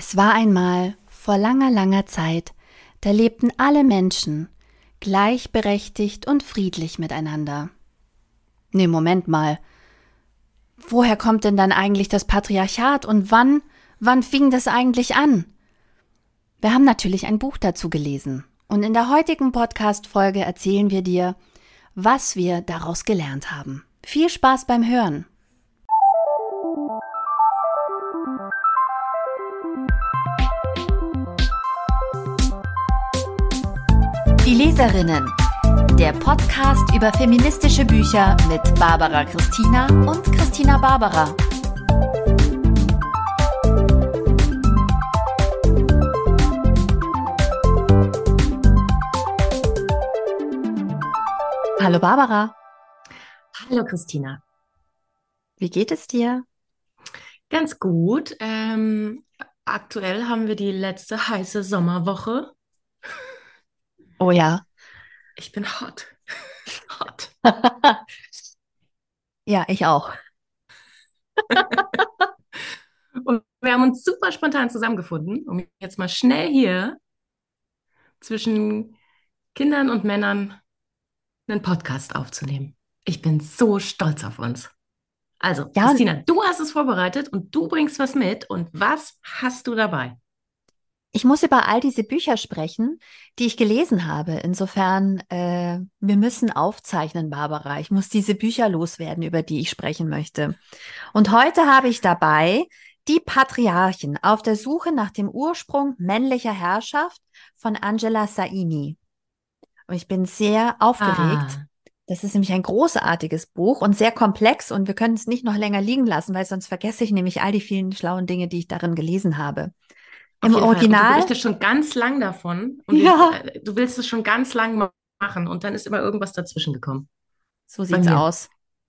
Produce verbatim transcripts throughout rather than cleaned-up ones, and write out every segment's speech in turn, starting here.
Es war einmal, vor langer, langer Zeit, da lebten alle Menschen gleichberechtigt und friedlich miteinander. Nee, Moment mal. Woher kommt denn dann eigentlich das Patriarchat und wann, wann fing das eigentlich an? Wir haben natürlich ein Buch dazu gelesen und in der heutigen Podcast-Folge erzählen wir dir, was wir daraus gelernt haben. Viel Spaß beim Hören! Die Leserinnen, der Podcast über feministische Bücher mit Barbara Christina und Christina Barbara. Hallo Barbara. Hallo Christina. Wie geht es dir? Ganz gut. Ähm, aktuell haben wir die letzte heiße Sommerwoche. Oh ja. Ich bin hot. Hot. Ja, ich auch. Und wir haben uns super spontan zusammengefunden, um jetzt mal schnell hier zwischen Kindern und Männern einen Podcast aufzunehmen. Ich bin so stolz auf uns. Also, Ja, und Christina, du hast es vorbereitet und du bringst was mit. Und was hast du dabei? ich muss über all diese Bücher sprechen, die ich gelesen habe. Insofern, äh, wir müssen aufzeichnen, Barbara. Ich muss diese Bücher loswerden, über die ich sprechen möchte. Und heute habe ich dabei Die Patriarchen auf der Suche nach dem Ursprung männlicher Herrschaft von Angela Saini. Und ich bin sehr aufgeregt. Ah, Das ist nämlich ein großartiges Buch und sehr komplex und wir können es nicht noch länger liegen lassen, weil sonst vergesse ich nämlich all die vielen schlauen Dinge, die ich darin gelesen habe. auf Im jeden Fall. Und du Original, berichtest schon ganz lang davon und wir, ja, äh, du willst es schon ganz lang ma- machen und dann ist immer irgendwas dazwischen gekommen. so Bei sieht's mir. aus.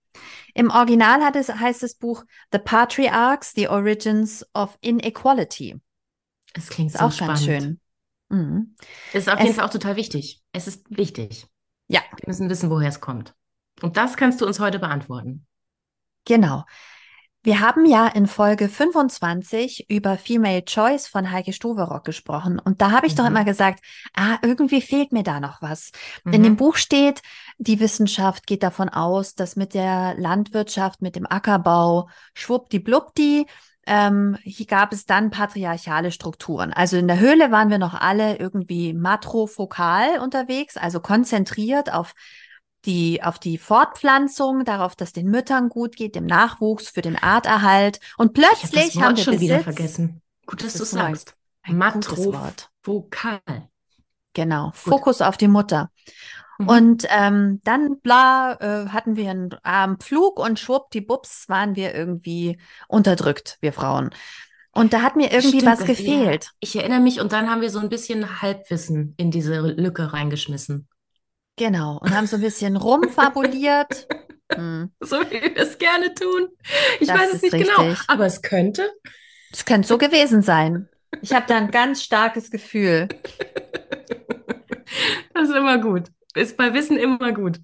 Im Original hat es, heißt das Buch The Patriarchs, The Origins of Inequality. Es klingt Ist so auch ganz spannend. schön. Mhm. Es ist auf jeden Es, Fall auch total wichtig. Es ist wichtig. ja, Wir müssen wissen, woher es kommt. Und das kannst du uns heute beantworten. genau. Wir haben ja in Folge fünfundzwanzig über Female Choice von Heike Stoverock gesprochen. Und da habe ich doch immer Mhm. gesagt, ah, irgendwie fehlt mir da noch was. In dem Mhm. Buch steht, die Wissenschaft geht davon aus, dass mit der Landwirtschaft, mit dem Ackerbau, schwuppdiwuppdi, ähm, hier gab es dann patriarchale Strukturen. Also in der Höhle waren wir noch alle irgendwie matrofokal unterwegs, also konzentriert auf die, auf die Fortpflanzung, darauf, dass den Müttern gut geht, dem Nachwuchs, für den Arterhalt. Und Ich habe das plötzlich haben Wort wir schon wieder Besitz. vergessen. Gut, Das dass du ist es so ein, sagst. ein gutes Wort. Matrovokal. Genau. Gut. Fokus auf die Mutter. Mhm. Und ähm, dann bla, äh, hatten wir einen armen Pflug und schwuppdiwupps waren wir irgendwie unterdrückt, wir Frauen. Und da hat mir irgendwie Stimmt, was das, ja. gefehlt. Ich erinnere mich und dann haben wir so ein bisschen Halbwissen in diese Lücke reingeschmissen. Genau. Und haben so ein bisschen rumfabuliert. Hm, So wie wir es gerne tun. Ich weiß das es ist nicht genau, richtig. aber es könnte. Es könnte so gewesen sein. Ich habe da ein ganz starkes Gefühl. Das ist immer gut. Ist bei Wissen immer gut.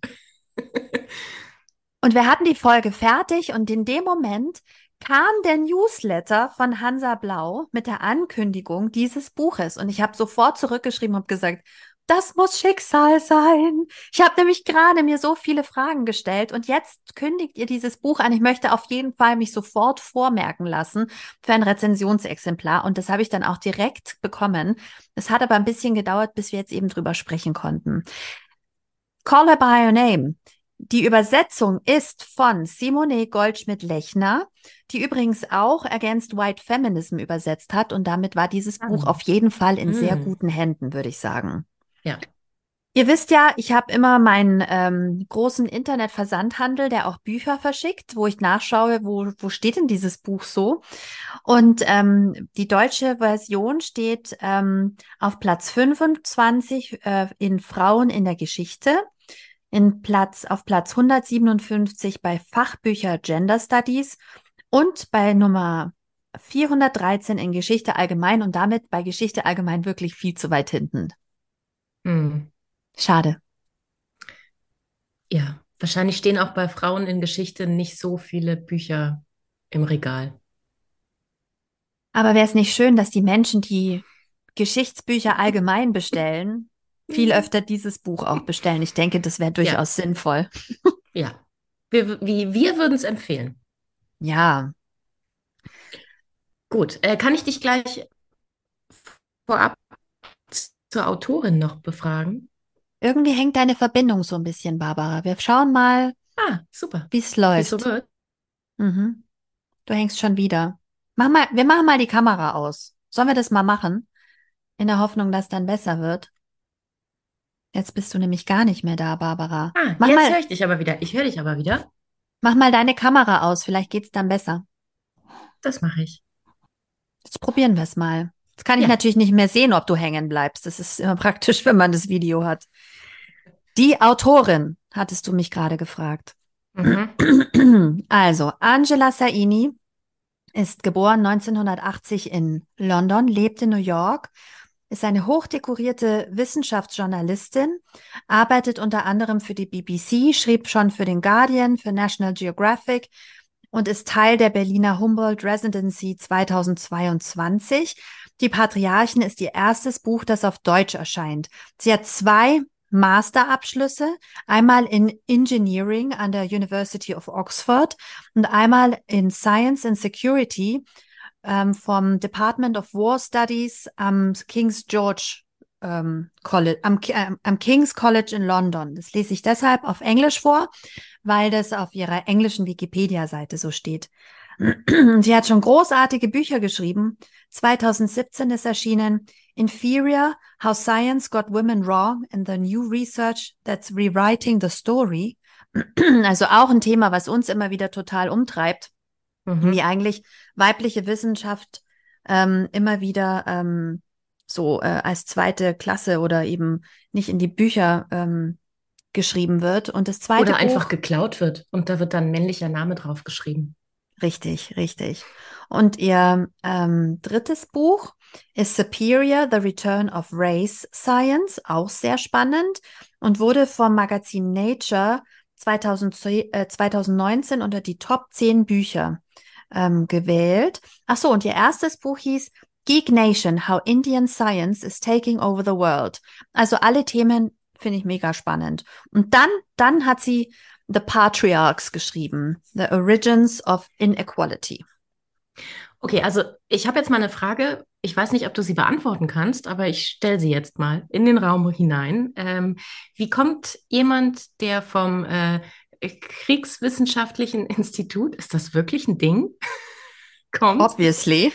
Und wir hatten die Folge fertig und in dem Moment kam der Newsletter von Hansa Blau mit der Ankündigung dieses Buches. Und ich habe sofort zurückgeschrieben und gesagt, das muss Schicksal sein. Ich habe nämlich gerade mir so viele Fragen gestellt und jetzt kündigt ihr dieses Buch an. Ich möchte auf jeden Fall mich sofort vormerken lassen für ein Rezensionsexemplar. Und das habe ich dann auch direkt bekommen. Es hat aber ein bisschen gedauert, bis wir jetzt eben drüber sprechen konnten. Call Her by Her Name. Die Übersetzung ist von Simone Goldschmidt-Lechner, die übrigens auch Against White Feminism übersetzt hat. Und damit war dieses Ah. Buch auf jeden Fall in sehr Hm. guten Händen, würde ich sagen. Ja. Ihr wisst ja, ich habe immer meinen ähm, großen Internetversandhandel, der auch Bücher verschickt, wo ich nachschaue, wo, wo steht denn dieses Buch so? Und ähm, die deutsche Version steht ähm, auf Platz fünfundzwanzig äh, in Frauen in der Geschichte, in Platz, auf Platz hundertsiebenundfünfzig bei Fachbücher Gender Studies und bei Nummer vierhundertdreizehn in Geschichte allgemein und damit bei Geschichte allgemein wirklich viel zu weit hinten. Hm. Schade. Ja. Wahrscheinlich stehen auch bei Frauen in Geschichte nicht so viele Bücher im Regal. Aber wäre es nicht schön, dass die Menschen, die Geschichtsbücher allgemein bestellen, viel Mhm. öfter dieses Buch auch bestellen? Ich denke, das wäre Ja, durchaus sinnvoll. ja. Wir, wie, wir würden es empfehlen. Ja, Gut, äh, kann ich dich gleich vorab zur Autorin noch befragen? irgendwie hängt deine Verbindung so ein bisschen, Barbara. Wir schauen mal, Ah, super. wie es Wie es so läuft. wird. Mhm. Du hängst schon wieder. Mach mal, wir machen mal die Kamera aus. Sollen wir das mal machen? In der Hoffnung, dass dann besser wird. Jetzt bist du nämlich gar nicht mehr da, Barbara. Ah, Mach jetzt mal, höre ich dich aber wieder. Ich höre dich aber wieder. mach mal deine Kamera aus. Vielleicht geht's dann besser. Das mache ich. Jetzt probieren wir es mal. Jetzt kann ich Ja. natürlich nicht mehr sehen, ob du hängen bleibst. Das ist immer praktisch, wenn man das Video hat. Die Autorin, hattest du mich gerade gefragt. Mhm. Also, Angela Saini ist geboren neunzehnhundertachtzig in London, lebt in New York, ist eine hochdekorierte Wissenschaftsjournalistin, arbeitet unter anderem für die B B C, schrieb schon für den Guardian, für National Geographic und ist Teil der Berliner Humboldt Residency zweitausendzweiundzwanzig. Die Patriarchen ist ihr erstes Buch, das auf Deutsch erscheint. Sie hat zwei Masterabschlüsse, einmal in Engineering an der University of Oxford und einmal in Science and Security ähm, vom Department of War Studies am King's George ähm, College, am, äh, am King's College in London. Das lese ich deshalb auf Englisch vor, weil das auf ihrer englischen Wikipedia-Seite so steht. Sie hat schon großartige Bücher geschrieben. zweitausendsiebzehn ist erschienen Inferior, How Science Got Women Wrong and the New Research That's Rewriting the Story. Also auch ein Thema, was uns immer wieder total umtreibt, wie Mhm. eigentlich weibliche Wissenschaft ähm, immer wieder ähm, so äh, als zweite Klasse oder eben nicht in die Bücher ähm, geschrieben wird. Und das zweite Oder einfach Buch, geklaut wird und da wird dann männlicher Name drauf geschrieben. richtig, richtig. Und ihr ähm, drittes Buch ist Superior, The Return of Race Science, auch sehr spannend und wurde vom Magazin Nature zweitausendzehn, äh, zweitausendneunzehn unter die Top zehn Bücher ähm, gewählt. Ach so, und ihr erstes Buch hieß Geek Nation, How Indian Science is Taking Over the World. Also alle Themen finde ich mega spannend. Und dann, dann hat sie The Patriarchs geschrieben, The Origins of Inequality. Okay, also ich habe jetzt mal eine Frage. Ich weiß nicht, ob du sie beantworten kannst, aber ich stelle sie jetzt mal in den Raum hinein. Ähm, wie kommt jemand, der vom äh, Kriegswissenschaftlichen Institut, ist das wirklich ein Ding, kommt, Obviously.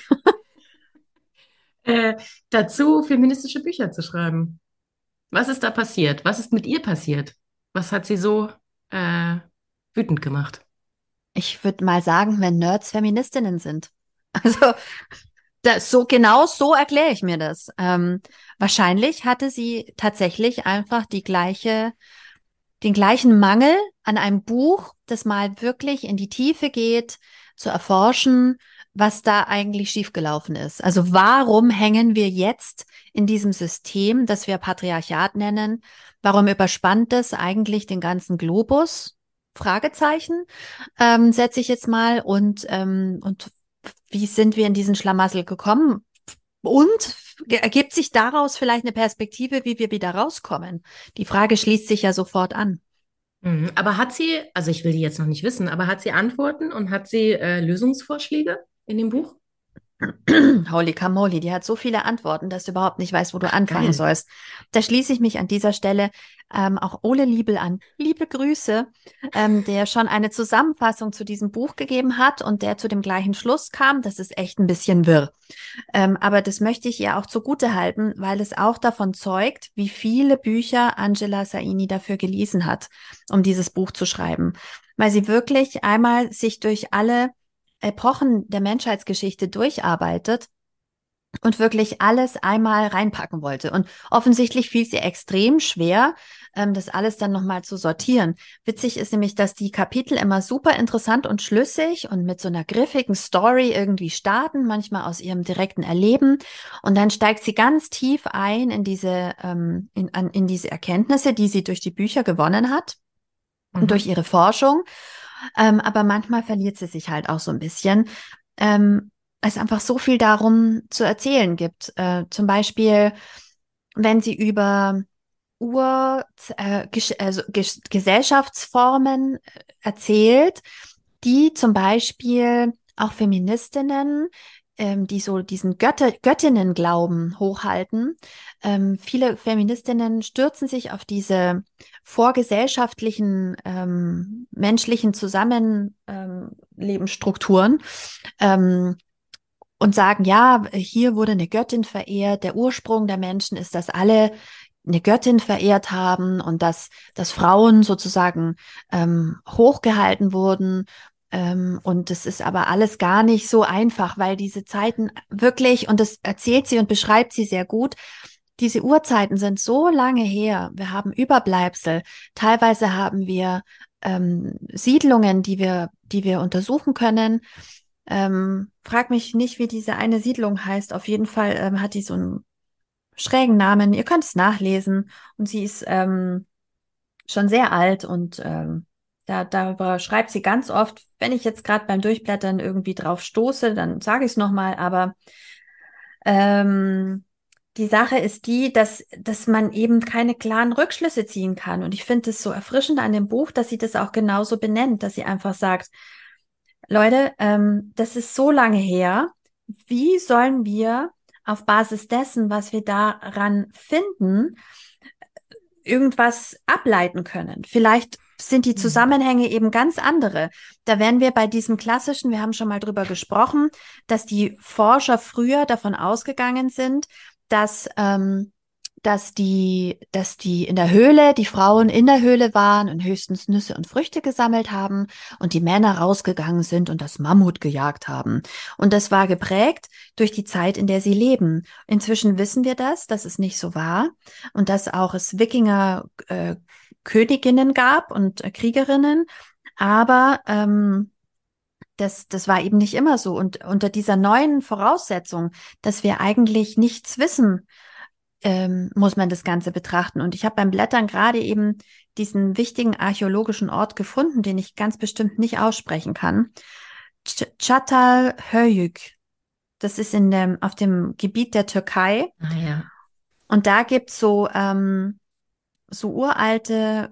äh, dazu, feministische Bücher zu schreiben? Was ist da passiert? Was ist mit ihr passiert? Was hat sie so äh, wütend gemacht? Ich würde mal sagen, wenn Nerds Feministinnen sind. Also das, so genau so erkläre ich mir das. Ähm, wahrscheinlich hatte sie tatsächlich einfach die gleiche, den gleichen Mangel an einem Buch, das mal wirklich in die Tiefe geht, zu erforschen, was da eigentlich schiefgelaufen ist. Also warum hängen wir jetzt in diesem System, das wir Patriarchat nennen? Warum überspannt es eigentlich den ganzen Globus? Fragezeichen, ähm, setze ich jetzt mal. Und, ähm, und wie sind wir in diesen Schlamassel gekommen? Und ergibt sich daraus vielleicht eine Perspektive, wie wir wieder rauskommen? Die Frage schließt sich ja sofort an. Mhm. Aber hat sie, also ich will die jetzt noch nicht wissen, aber hat sie Antworten und hat sie äh, Lösungsvorschläge in dem Buch? Holy Camoli, die hat so viele Antworten, dass du überhaupt nicht weißt, wo du anfangen Geil. sollst. Da schließe ich mich an dieser Stelle ähm, auch Ole Liebel an. Liebe Grüße, ähm, der schon eine Zusammenfassung zu diesem Buch gegeben hat und der zu dem gleichen Schluss kam. Das ist echt ein bisschen wirr. Ähm, aber das möchte ich ihr auch zugute halten, weil es auch davon zeugt, wie viele Bücher Angela Saini dafür gelesen hat, um dieses Buch zu schreiben. Weil sie wirklich einmal sich durch alle Epochen der Menschheitsgeschichte durcharbeitet und wirklich alles einmal reinpacken wollte. Und offensichtlich fiel es ihr extrem schwer, ähm, das alles dann nochmal zu sortieren. Witzig ist nämlich, dass die Kapitel immer super interessant und schlüssig und mit so einer griffigen Story irgendwie starten, manchmal aus ihrem direkten Erleben. Und dann steigt sie ganz tief ein in diese, ähm, in, an, in diese Erkenntnisse, die sie durch die Bücher gewonnen hat und durch Mhm. ihre Forschung. Ähm, aber manchmal verliert sie sich halt auch so ein bisschen. Ähm, es einfach so viel darum zu erzählen gibt. Äh, zum Beispiel, wenn sie über Ur, äh, ges also ges Gesellschaftsformen erzählt, die zum Beispiel auch Feministinnen, ähm, die so diesen Götter Göttinnenglauben hochhalten. Ähm, viele Feministinnen stürzen sich auf diese vorgesellschaftlichen ähm, menschlichen Zusammenlebensstrukturen ähm, und sagen, ja, hier wurde eine Göttin verehrt, der Ursprung der Menschen ist, dass alle eine Göttin verehrt haben und dass, dass Frauen sozusagen ähm, hochgehalten wurden. Ähm, und das ist aber alles gar nicht so einfach, weil diese Zeiten wirklich, und das erzählt sie und beschreibt sie sehr gut, diese Urzeiten sind so lange her. Wir haben Überbleibsel. Teilweise haben wir ähm, Siedlungen, die wir, die wir untersuchen können. Ähm, frag mich nicht, wie diese eine Siedlung heißt. Auf jeden Fall ähm, hat die so einen schrägen Namen. Ihr könnt es nachlesen. Und sie ist ähm, schon sehr alt und ähm, da, darüber schreibt sie ganz oft. Wenn ich jetzt gerade beim Durchblättern irgendwie drauf stoße, dann sage ich es nochmal. Aber ähm, die Sache ist die, dass, dass man eben keine klaren Rückschlüsse ziehen kann. Und ich finde es so erfrischend an dem Buch, dass sie das auch genauso benennt, dass sie einfach sagt, Leute, ähm, das ist so lange her. Wie sollen wir auf Basis dessen, was wir daran finden, irgendwas ableiten können? Vielleicht sind die Zusammenhänge eben ganz andere. Da wären wir bei diesem klassischen, wir haben schon mal drüber gesprochen, dass die Forscher früher davon ausgegangen sind, dass ähm, dass die, dass die in der Höhle, die Frauen in der Höhle waren und höchstens Nüsse und Früchte gesammelt haben und die Männer rausgegangen sind und das Mammut gejagt haben. Und das war geprägt durch die Zeit, in der sie leben. Inzwischen wissen wir das, dass es nicht so war und dass auch es Wikinger äh, Königinnen gab und äh, Kriegerinnen, aber ähm, das, das war eben nicht immer so. Und unter dieser neuen Voraussetzung, dass wir eigentlich nichts wissen, ähm, muss man das Ganze betrachten. Und ich habe beim Blättern gerade eben diesen wichtigen archäologischen Ort gefunden, den ich ganz bestimmt nicht aussprechen kann. Ç Çatalhöyük. Das ist in dem, auf dem Gebiet der Türkei. Ah ja. Und da gibt's so, ähm, so uralte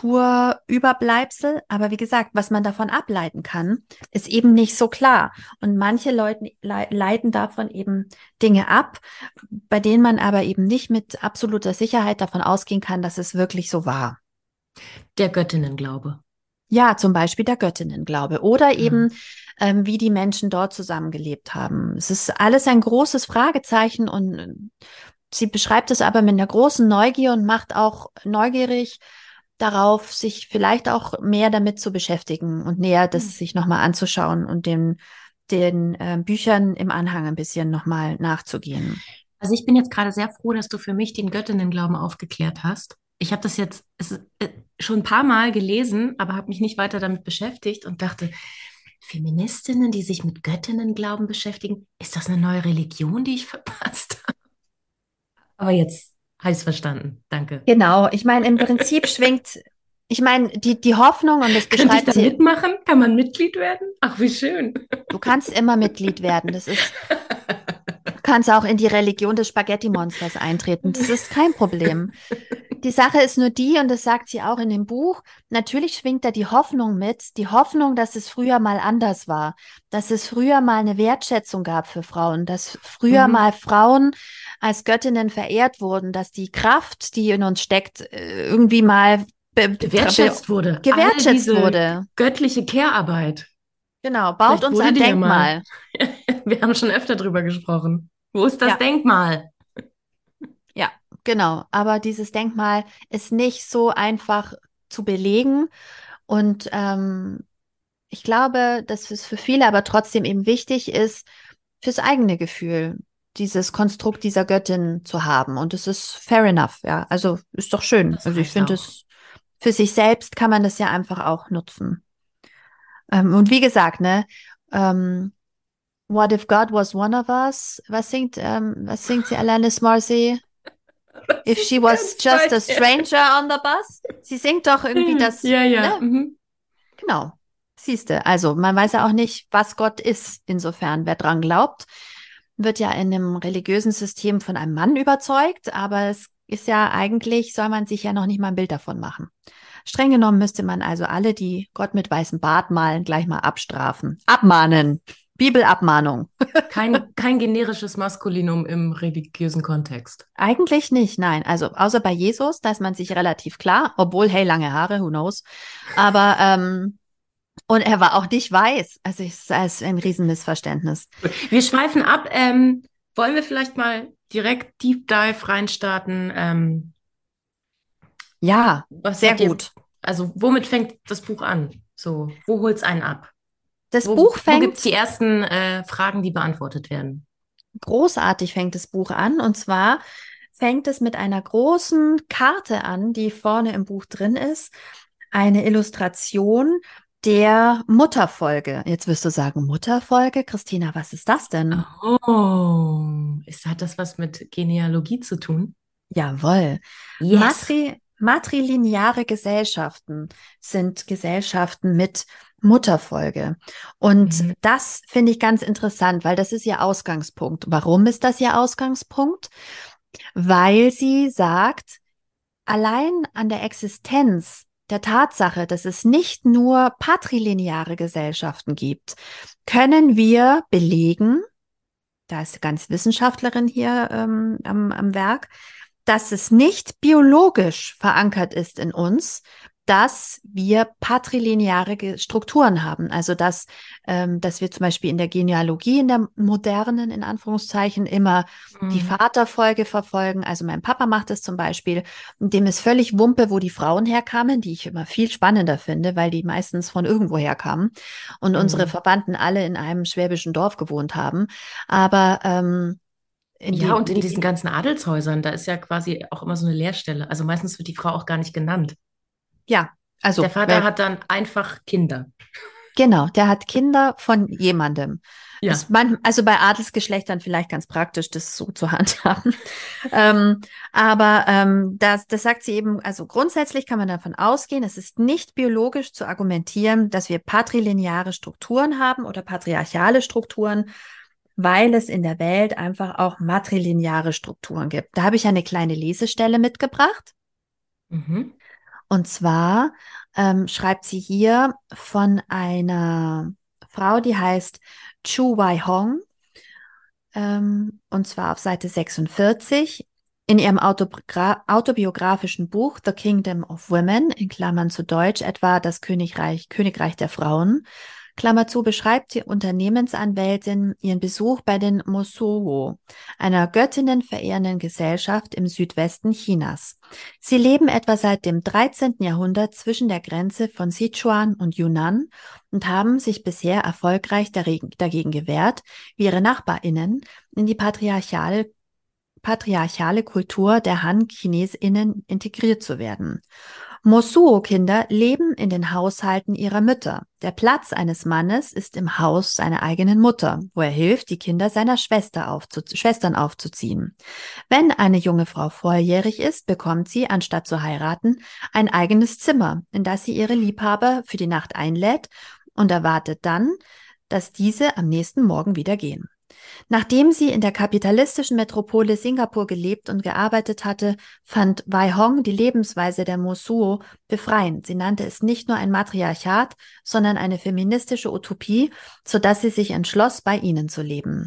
Kulturüberbleibsel. Aber wie gesagt, was man davon ableiten kann, ist eben nicht so klar. Und manche Leute le leiten davon eben Dinge ab, bei denen man aber eben nicht mit absoluter Sicherheit davon ausgehen kann, dass es wirklich so war. Der Göttinnenglaube. Ja, zum Beispiel der Göttinnenglaube oder Ja. eben, ähm, wie die Menschen dort zusammengelebt haben. Es ist alles ein großes Fragezeichen und äh, sie beschreibt es aber mit einer großen Neugier und macht auch neugierig darauf, sich vielleicht auch mehr damit zu beschäftigen und näher das sich nochmal anzuschauen und den, den äh, Büchern im Anhang ein bisschen nochmal nachzugehen. Also ich bin jetzt gerade sehr froh, dass du für mich den Göttinnenglauben aufgeklärt hast. Ich habe das jetzt es, ist, äh, schon ein paar Mal gelesen, aber habe mich nicht weiter damit beschäftigt und dachte, Feministinnen, die sich mit Göttinnenglauben beschäftigen, ist das eine neue Religion, die ich verpasst habe? Aber jetzt habe ich es verstanden. Danke. Genau, ich meine, im Prinzip schwingt, ich meine, die, die Hoffnung, und das Könnte ich beschreibt da sie, mitmachen? Kann man Mitglied werden? Ach, wie schön. du kannst immer Mitglied werden. Das ist, du kannst auch in die Religion des Spaghetti-Monsters eintreten. Das ist kein Problem. Die Sache ist nur die, und das sagt sie auch in dem Buch, natürlich schwingt da die Hoffnung mit, die Hoffnung, dass es früher mal anders war, dass es früher mal eine Wertschätzung gab für Frauen, dass früher Mhm. mal Frauen als Göttinnen verehrt wurden, dass die Kraft, die in uns steckt, äh, irgendwie mal be be Gewertschätzt wurde. All gewertschätzt diese wurde. göttliche Care-Arbeit. Genau, baut Vielleicht uns wurde ein die ja mal. Denkmal. Wir haben schon öfter drüber gesprochen. Wo ist das Ja, Denkmal? ja, genau. Aber dieses Denkmal ist nicht so einfach zu belegen. Und ähm, ich glaube, dass es für viele aber trotzdem eben wichtig ist, fürs eigene Gefühl, dieses Konstrukt dieser Göttin zu haben. Und es ist fair enough, ja. Also ist doch schön. Das Also ich reicht finde auch. es, für sich selbst kann man das ja einfach auch nutzen. Ähm, und wie gesagt, ne, ähm, What if God was one of us? Was singt, ähm, was singt sie Alanis Morissette? Das If she ist was ganz just a toll. stranger on the bus? Sie singt doch irgendwie das, Ja, ja. ne? Mhm. Genau. siehste, also man weiß ja auch nicht, was Gott ist. Insofern, wer dran glaubt, wird ja in einem religiösen System von einem Mann überzeugt, aber es ist ja eigentlich, soll man sich ja noch nicht mal ein Bild davon machen. Streng genommen müsste man also alle, die Gott mit weißem Bart malen, gleich mal abstrafen. Abmahnen. Bibelabmahnung. Kein, kein generisches Maskulinum im religiösen Kontext. Eigentlich nicht, nein. Also außer bei Jesus, da ist man sich relativ klar, obwohl, hey, lange Haare, who knows. Aber, ähm, und er war auch nicht weiß. Also es ist ein Riesenmissverständnis. Wir schweifen ab. Ähm, wollen wir vielleicht mal direkt Deep Dive reinstarten? Ähm, Ja, was sehr hat dir, gut. also womit fängt das Buch an? So, wo holt es einen ab? Das Wo, Buch wo gibt es fängt die ersten äh, Fragen, die beantwortet werden? großartig, fängt das Buch an. Und zwar fängt es mit einer großen Karte an, die vorne im Buch drin ist. Eine Illustration der Mutterfolge. Jetzt wirst du sagen, Mutterfolge? Christina, was ist das denn? Oh, ist, hat das was mit Genealogie zu tun? Jawohl. Yes. Matri matrilineare Gesellschaften sind Gesellschaften mit Mutterfolge. Und Mhm. das finde ich ganz interessant, weil das ist ihr Ausgangspunkt. Warum ist das ihr Ausgangspunkt? Weil sie sagt, allein an der Existenz der Tatsache, dass es nicht nur patrilineare Gesellschaften gibt, können wir belegen, da ist ganz Wissenschaftlerin hier ähm, am, am Werk, dass es nicht biologisch verankert ist in uns, dass wir patrilineare Strukturen haben. Also dass, ähm, dass wir zum Beispiel in der Genealogie, in der modernen, in Anführungszeichen, immer die Mhm. Vaterfolge verfolgen. Also mein Papa macht es zum Beispiel, dem ist völlig Wumpe, wo die Frauen herkamen, die ich immer viel spannender finde, weil die meistens von irgendwo herkamen und unsere Mhm. Verwandten alle in einem schwäbischen Dorf gewohnt haben. Aber ähm, in Ja, und die, in diesen die, ganzen Adelshäusern, da ist ja quasi auch immer so eine Leerstelle. Also meistens wird die Frau auch gar nicht genannt. ja, Der also Vater wer hat dann einfach Kinder. genau, der hat Kinder von jemandem. Ist Ja. man, also bei Adelsgeschlechtern vielleicht ganz praktisch, das so zu handhaben. ähm, aber ähm, das, das sagt sie eben, also grundsätzlich kann man davon ausgehen, es ist nicht biologisch zu argumentieren, dass wir patrilineare Strukturen haben oder patriarchale Strukturen, weil es in der Welt einfach auch matrilineare Strukturen gibt. Da habe ich eine kleine Lesestelle mitgebracht. Mhm. Und zwar ähm, schreibt sie hier von einer Frau, die heißt Chu Wai Hong, ähm, und zwar auf Seite sechsundvierzig in ihrem Autobiogra autobiografischen Buch The Kingdom of Women, in Klammern zu Deutsch etwa das Königreich, Königreich der Frauen. Klammer zu, beschreibt die Unternehmensanwältin ihren Besuch bei den Mosuo, einer göttinnenverehrenden Gesellschaft im Südwesten Chinas. Sie leben etwa seit dem dreizehnten Jahrhundert zwischen der Grenze von Sichuan und Yunnan und haben sich bisher erfolgreich dagegen gewehrt, wie ihre NachbarInnen in die patriarchale, patriarchale Kultur der Han-ChinesInnen integriert zu werden. Mosuo-Kinder leben in den Haushalten ihrer Mütter. Der Platz eines Mannes ist im Haus seiner eigenen Mutter, wo er hilft, die Kinder seiner Schwester aufzu Schwestern aufzuziehen. Wenn eine junge Frau volljährig ist, bekommt sie, anstatt zu heiraten, ein eigenes Zimmer, in das sie ihre Liebhaber für die Nacht einlädt und erwartet dann, dass diese am nächsten Morgen wieder gehen. Nachdem sie in der kapitalistischen Metropole Singapur gelebt und gearbeitet hatte, fand Wai Hong die Lebensweise der Mosuo befreiend. Sie nannte es nicht nur ein Matriarchat, sondern eine feministische Utopie, sodass sie sich entschloss, bei ihnen zu leben.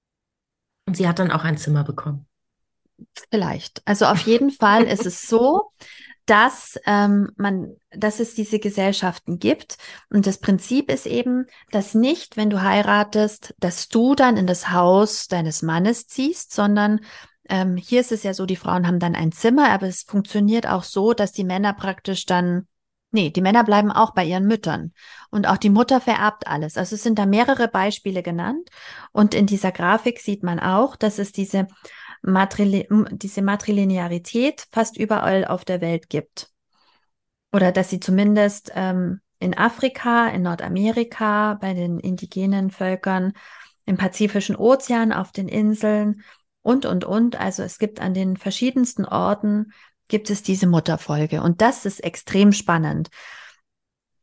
Und sie hat dann auch ein Zimmer bekommen. Vielleicht. Also auf jeden Fall ist es so, dass ähm, man, dass es diese Gesellschaften gibt. Und das Prinzip ist eben, dass nicht, wenn du heiratest, dass du dann in das Haus deines Mannes ziehst, sondern ähm, hier ist es ja so, die Frauen haben dann ein Zimmer, aber es funktioniert auch so, dass die Männer praktisch dann, nee, die Männer bleiben auch bei ihren Müttern. Und auch die Mutter vererbt alles. Also es sind da mehrere Beispiele genannt. Und in dieser Grafik sieht man auch, dass es diese Matrili diese Matrilinearität fast überall auf der Welt gibt. Oder dass sie zumindest ähm, in Afrika, in Nordamerika, bei den indigenen Völkern, im Pazifischen Ozean, auf den Inseln und, und, und. Also es gibt an den verschiedensten Orten, gibt es diese Mutterfolge. Und das ist extrem spannend.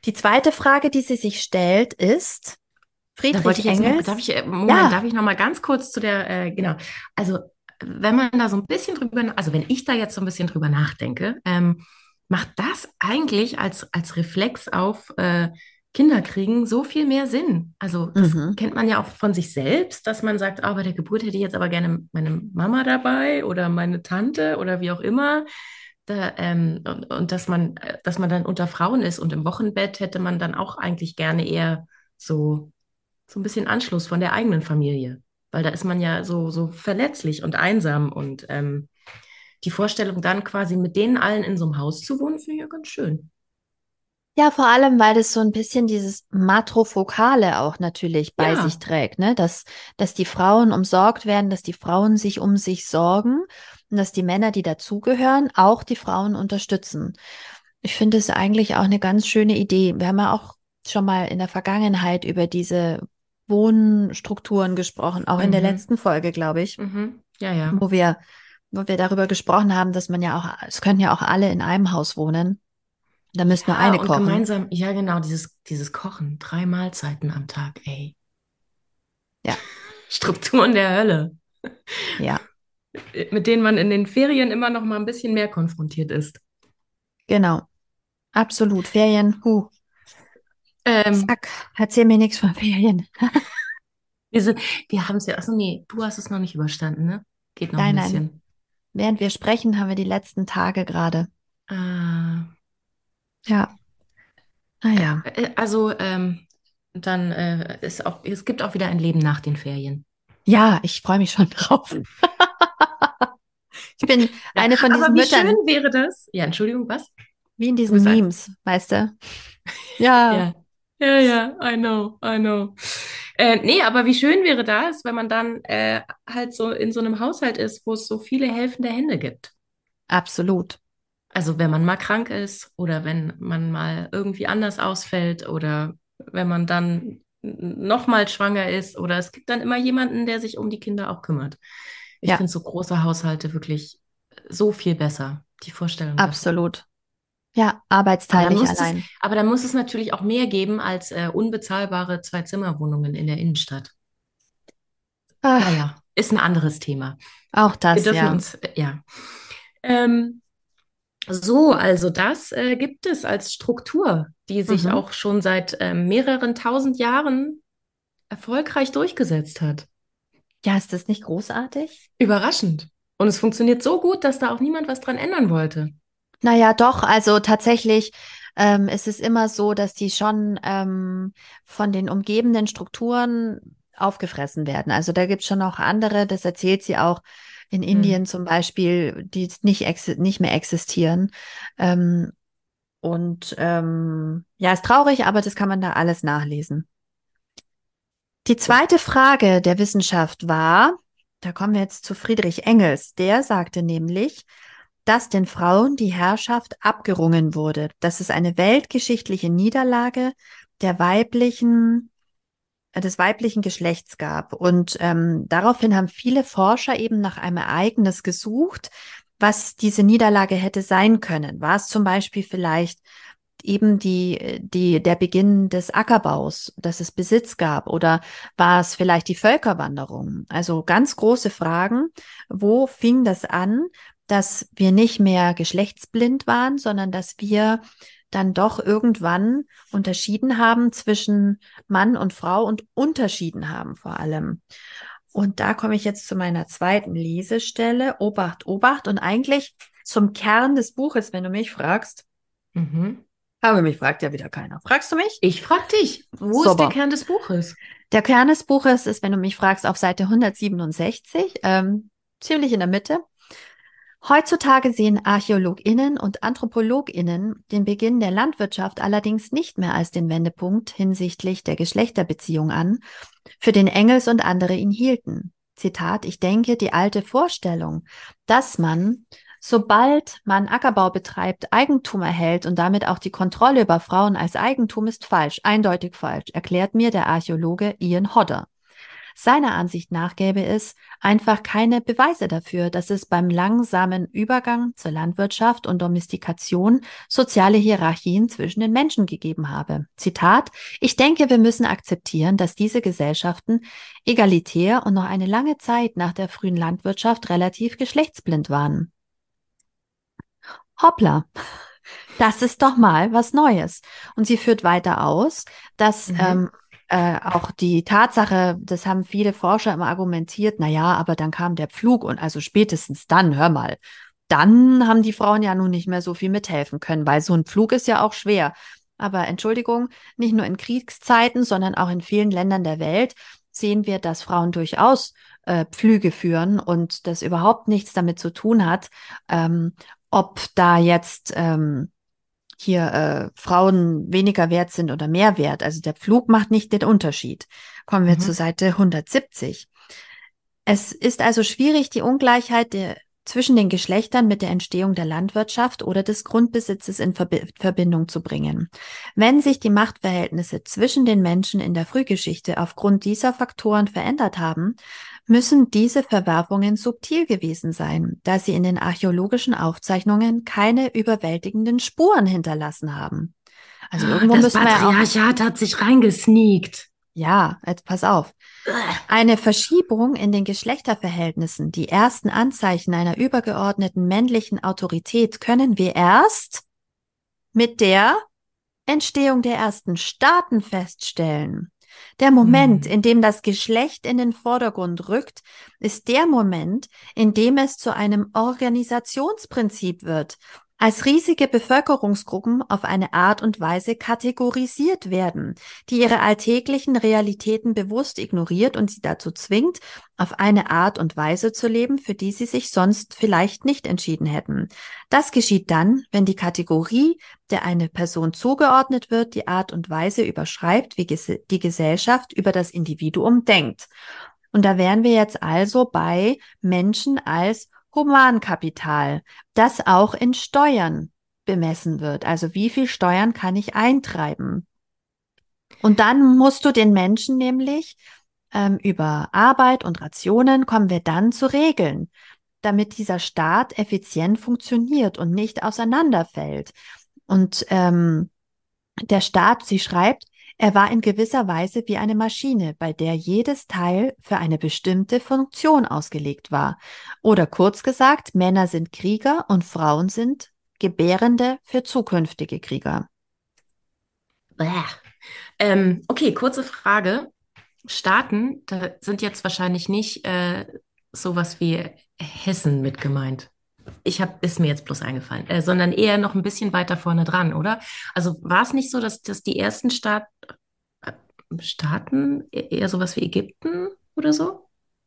Die zweite Frage, die sie sich stellt, ist, Da wollte Friedrich ich jetzt noch, darf Engels, ich, äh, Moment, ja, darf ich noch mal ganz kurz zu der, äh, genau. Also, wenn man da so ein bisschen drüber, also wenn ich da jetzt so ein bisschen drüber nachdenke, ähm, macht das eigentlich als, als Reflex auf äh, Kinderkriegen so viel mehr Sinn. Also, das mhm. kennt man ja auch von sich selbst, dass man sagt, ah, bei der Geburt hätte ich jetzt aber gerne meine Mama dabei oder meine Tante oder wie auch immer. Da, ähm, und, und dass man, äh, dass man dann unter Frauen ist und im Wochenbett hätte man dann auch eigentlich gerne eher so so ein bisschen Anschluss von der eigenen Familie, weil da ist man ja so, so verletzlich und einsam und ähm, die Vorstellung dann quasi mit denen allen in so einem Haus zu wohnen, finde ich ja ganz schön. Ja, vor allem, weil das so ein bisschen dieses Matrofokale auch natürlich bei sich Ja, trägt, ne? Dass, dass die Frauen umsorgt werden, dass die Frauen sich um sich sorgen und dass die Männer, die dazugehören, auch die Frauen unterstützen. Ich finde es eigentlich auch eine ganz schöne Idee. Wir haben ja auch schon mal in der Vergangenheit über diese Wohnstrukturen gesprochen, auch in der mhm. letzten Folge, glaube ich, Mhm. Ja, ja. wo wir, wo wir darüber gesprochen haben, dass man ja auch, es können ja auch alle in einem Haus wohnen. Da müsste nur Ja, eine und kochen. gemeinsam, ja genau, dieses, dieses Kochen, drei Mahlzeiten am Tag, ey. Ja, Strukturen der Hölle, ja, mit denen man in den Ferien immer noch mal ein bisschen mehr konfrontiert ist. genau. Absolut. Ferien. Huh. Ähm, Zack. Erzähl mir nichts von Ferien. wir sind, wir haben es ja, achso, nee, du hast es noch nicht überstanden, ne? Geht noch ein Nein, nein. bisschen. Während wir sprechen, haben wir die letzten Tage gerade. Ah. Ja, naja. Äh, Also, ähm, dann äh, ist auch, es gibt auch wieder ein Leben nach den Ferien. Ja, ich freue mich schon drauf. Ich bin Ja, eine von aber diesen wie schön Müttern, wäre das? Ja, Entschuldigung, was? wie in Du diesen bist ein. Memes, weißt du? Ja, Ja. Ja, ja, I know, I know. Äh, nee, aber wie schön wäre das, wenn man dann äh, halt so in so einem Haushalt ist, wo es so viele helfende Hände gibt. absolut. Also wenn man mal krank ist oder wenn man mal irgendwie anders ausfällt oder wenn man dann nochmal schwanger ist oder es gibt dann immer jemanden, der sich um die Kinder auch kümmert. Ich Ja, finde so große Haushalte wirklich so viel besser. Die Vorstellung davon. absolut. Ja, Aber dann arbeitsteilig muss es, allein. aber dann muss es natürlich auch mehr geben als äh, unbezahlbare Zwei-Zimmer-Wohnungen in der Innenstadt. Ach, Naja, ist ein anderes Thema. auch Wir das, dürfen ja. uns, äh, ja. Ähm, So, also das äh, gibt es als Struktur, die sich Mhm. auch schon seit ähm, mehreren tausend Jahren erfolgreich durchgesetzt hat. Ja, ist das nicht großartig? Überraschend. Und es funktioniert so gut, dass da auch niemand was dran ändern wollte. Naja, doch, also tatsächlich ähm, ist es immer so, dass die schon ähm, von den umgebenden Strukturen aufgefressen werden. Also da gibt es schon auch andere, das erzählt sie auch in Hm. Indien zum Beispiel, die nicht, exi- nicht mehr existieren. Ähm, und ähm, ja, ist traurig, aber das kann man da alles nachlesen. Die zweite Frage der Wissenschaft war, da kommen wir jetzt zu Friedrich Engels, der sagte nämlich, dass den Frauen die Herrschaft abgerungen wurde, dass es eine weltgeschichtliche Niederlage der weiblichen, äh, des weiblichen Geschlechts gab. Und ähm, daraufhin haben viele Forscher eben nach einem Ereignis gesucht, was diese Niederlage hätte sein können. War es zum Beispiel vielleicht eben die, die, der Beginn des Ackerbaus, dass es Besitz gab, oder war es vielleicht die Völkerwanderung? Also ganz große Fragen. Wo fing das an, dass wir nicht mehr geschlechtsblind waren, sondern dass wir dann doch irgendwann unterschieden haben zwischen Mann und Frau und unterschieden haben vor allem. Und da komme ich jetzt zu meiner zweiten Lesestelle. Obacht, Obacht. Und eigentlich zum Kern des Buches, wenn du mich fragst. Mhm. Aber mich fragt ja wieder keiner. Fragst du mich? Ich frage dich, wo ist der Super. Kern des Buches? Der Kern des Buches ist, wenn du mich fragst, auf Seite hundertsiebenundsechzig, ähm, ziemlich in der Mitte. Heutzutage sehen ArchäologInnen und AnthropologInnen den Beginn der Landwirtschaft allerdings nicht mehr als den Wendepunkt hinsichtlich der Geschlechterbeziehung an, für den Engels und andere ihn hielten. Zitat: Ich denke, die alte Vorstellung, dass man, sobald man Ackerbau betreibt, Eigentum erhält und damit auch die Kontrolle über Frauen als Eigentum, ist falsch, eindeutig falsch, erklärt mir der Archäologe Ian Hodder. Seiner Ansicht nach gäbe es einfach keine Beweise dafür, dass es beim langsamen Übergang zur Landwirtschaft und Domestikation soziale Hierarchien zwischen den Menschen gegeben habe. Zitat: Ich denke, wir müssen akzeptieren, dass diese Gesellschaften egalitär und noch eine lange Zeit nach der frühen Landwirtschaft relativ geschlechtsblind waren. Hoppla, das ist doch mal was Neues. Und sie führt weiter aus, dass Mhm. ähm, äh, auch die Tatsache, das haben viele Forscher immer argumentiert, na ja, aber dann kam der Pflug und also spätestens dann, hör mal, dann haben die Frauen ja nun nicht mehr so viel mithelfen können, weil so ein Pflug ist ja auch schwer. Aber Entschuldigung, nicht nur in Kriegszeiten, sondern auch in vielen Ländern der Welt sehen wir, dass Frauen durchaus äh, Pflüge führen und das überhaupt nichts damit zu tun hat, ähm, ob da jetzt ähm, hier äh, Frauen weniger wert sind oder mehr wert. Also der Pflug macht nicht den Unterschied. Kommen wir zur Mhm. Seite hundertsiebzig. Es ist also schwierig, die Ungleichheit der, zwischen den Geschlechtern mit der Entstehung der Landwirtschaft oder des Grundbesitzes in Verbi Verbindung zu bringen. Wenn sich die Machtverhältnisse zwischen den Menschen in der Frühgeschichte aufgrund dieser Faktoren verändert haben, müssen diese Verwerfungen subtil gewesen sein, da sie in den archäologischen Aufzeichnungen keine überwältigenden Spuren hinterlassen haben. Also irgendwo Das müssen wir ja auch, Patriarchat hat sich reingesneakt. ja, jetzt pass auf. Eine Verschiebung in den Geschlechterverhältnissen, die ersten Anzeichen einer übergeordneten männlichen Autorität können wir erst mit der Entstehung der ersten Staaten feststellen. Der Moment, Hm. in dem das Geschlecht in den Vordergrund rückt, ist der Moment, in dem es zu einem Organisationsprinzip wird, als riesige Bevölkerungsgruppen auf eine Art und Weise kategorisiert werden, die ihre alltäglichen Realitäten bewusst ignoriert und sie dazu zwingt, auf eine Art und Weise zu leben, für die sie sich sonst vielleicht nicht entschieden hätten. Das geschieht dann, wenn die Kategorie, der eine Person zugeordnet wird, die Art und Weise überschreibt, wie ges- die Gesellschaft über das Individuum denkt. Und da wären wir jetzt also bei Menschen als Humankapital, das auch in Steuern bemessen wird. Also wie viel Steuern kann ich eintreiben? Und dann musst du den Menschen nämlich ähm, über Arbeit und Rationen kommen wir dann zu Regeln, damit dieser Staat effizient funktioniert und nicht auseinanderfällt. Und ähm, der Staat, sie schreibt, er war in gewisser Weise wie eine Maschine, bei der jedes Teil für eine bestimmte Funktion ausgelegt war. Oder kurz gesagt, Männer sind Krieger und Frauen sind Gebärende für zukünftige Krieger. Bäh. Ähm, okay, kurze Frage. Staaten, da sind jetzt wahrscheinlich nicht äh, sowas wie Hessen mit gemeint. Ich habe, ist mir jetzt bloß eingefallen, äh, sondern eher noch ein bisschen weiter vorne dran, oder? Also war es nicht so, dass, dass die ersten Staat, äh, Staaten e- eher sowas wie Ägypten oder so?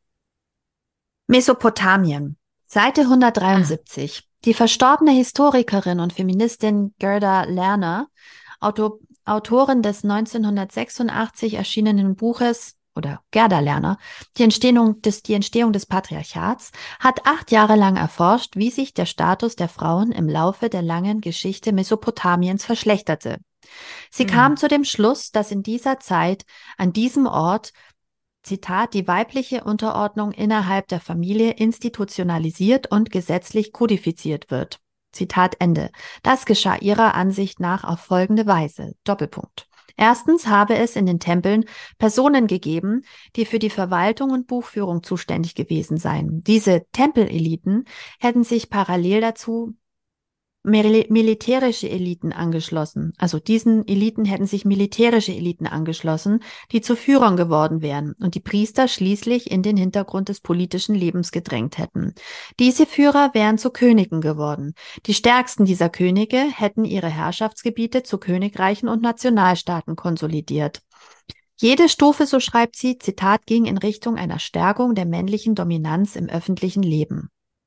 Mesopotamien, Seite Ah. hundertdreiundsiebzig. Die verstorbene Historikerin und Feministin Gerda Lerner, Autor, Autorin des neunzehnhundertsechsundachtzig erschienenen Buches oder Gerda Lerner, die Entstehung des, die Entstehung des Patriarchats, hat acht Jahre lang erforscht, wie sich der Status der Frauen im Laufe der langen Geschichte Mesopotamiens verschlechterte. Sie kam Hm. zu dem Schluss, dass in dieser Zeit an diesem Ort Zitat, die weibliche Unterordnung innerhalb der Familie institutionalisiert und gesetzlich kodifiziert wird. Zitat Ende. Das geschah ihrer Ansicht nach auf folgende Weise. Doppelpunkt. Erstens habe es in den Tempeln Personen gegeben, die für die Verwaltung und Buchführung zuständig gewesen seien. Diese Tempeleliten hätten sich parallel dazu mil- militärische Eliten angeschlossen. Also diesen Eliten hätten sich militärische Eliten angeschlossen, die zu Führern geworden wären und die Priester schließlich in den Hintergrund des politischen Lebens gedrängt hätten. Diese Führer wären zu Königen geworden. Die stärksten dieser Könige hätten ihre Herrschaftsgebiete zu Königreichen und Nationalstaaten konsolidiert. Jede Stufe, so schreibt sie, Zitat, ging in Richtung einer Stärkung der männlichen Dominanz im öffentlichen Leben.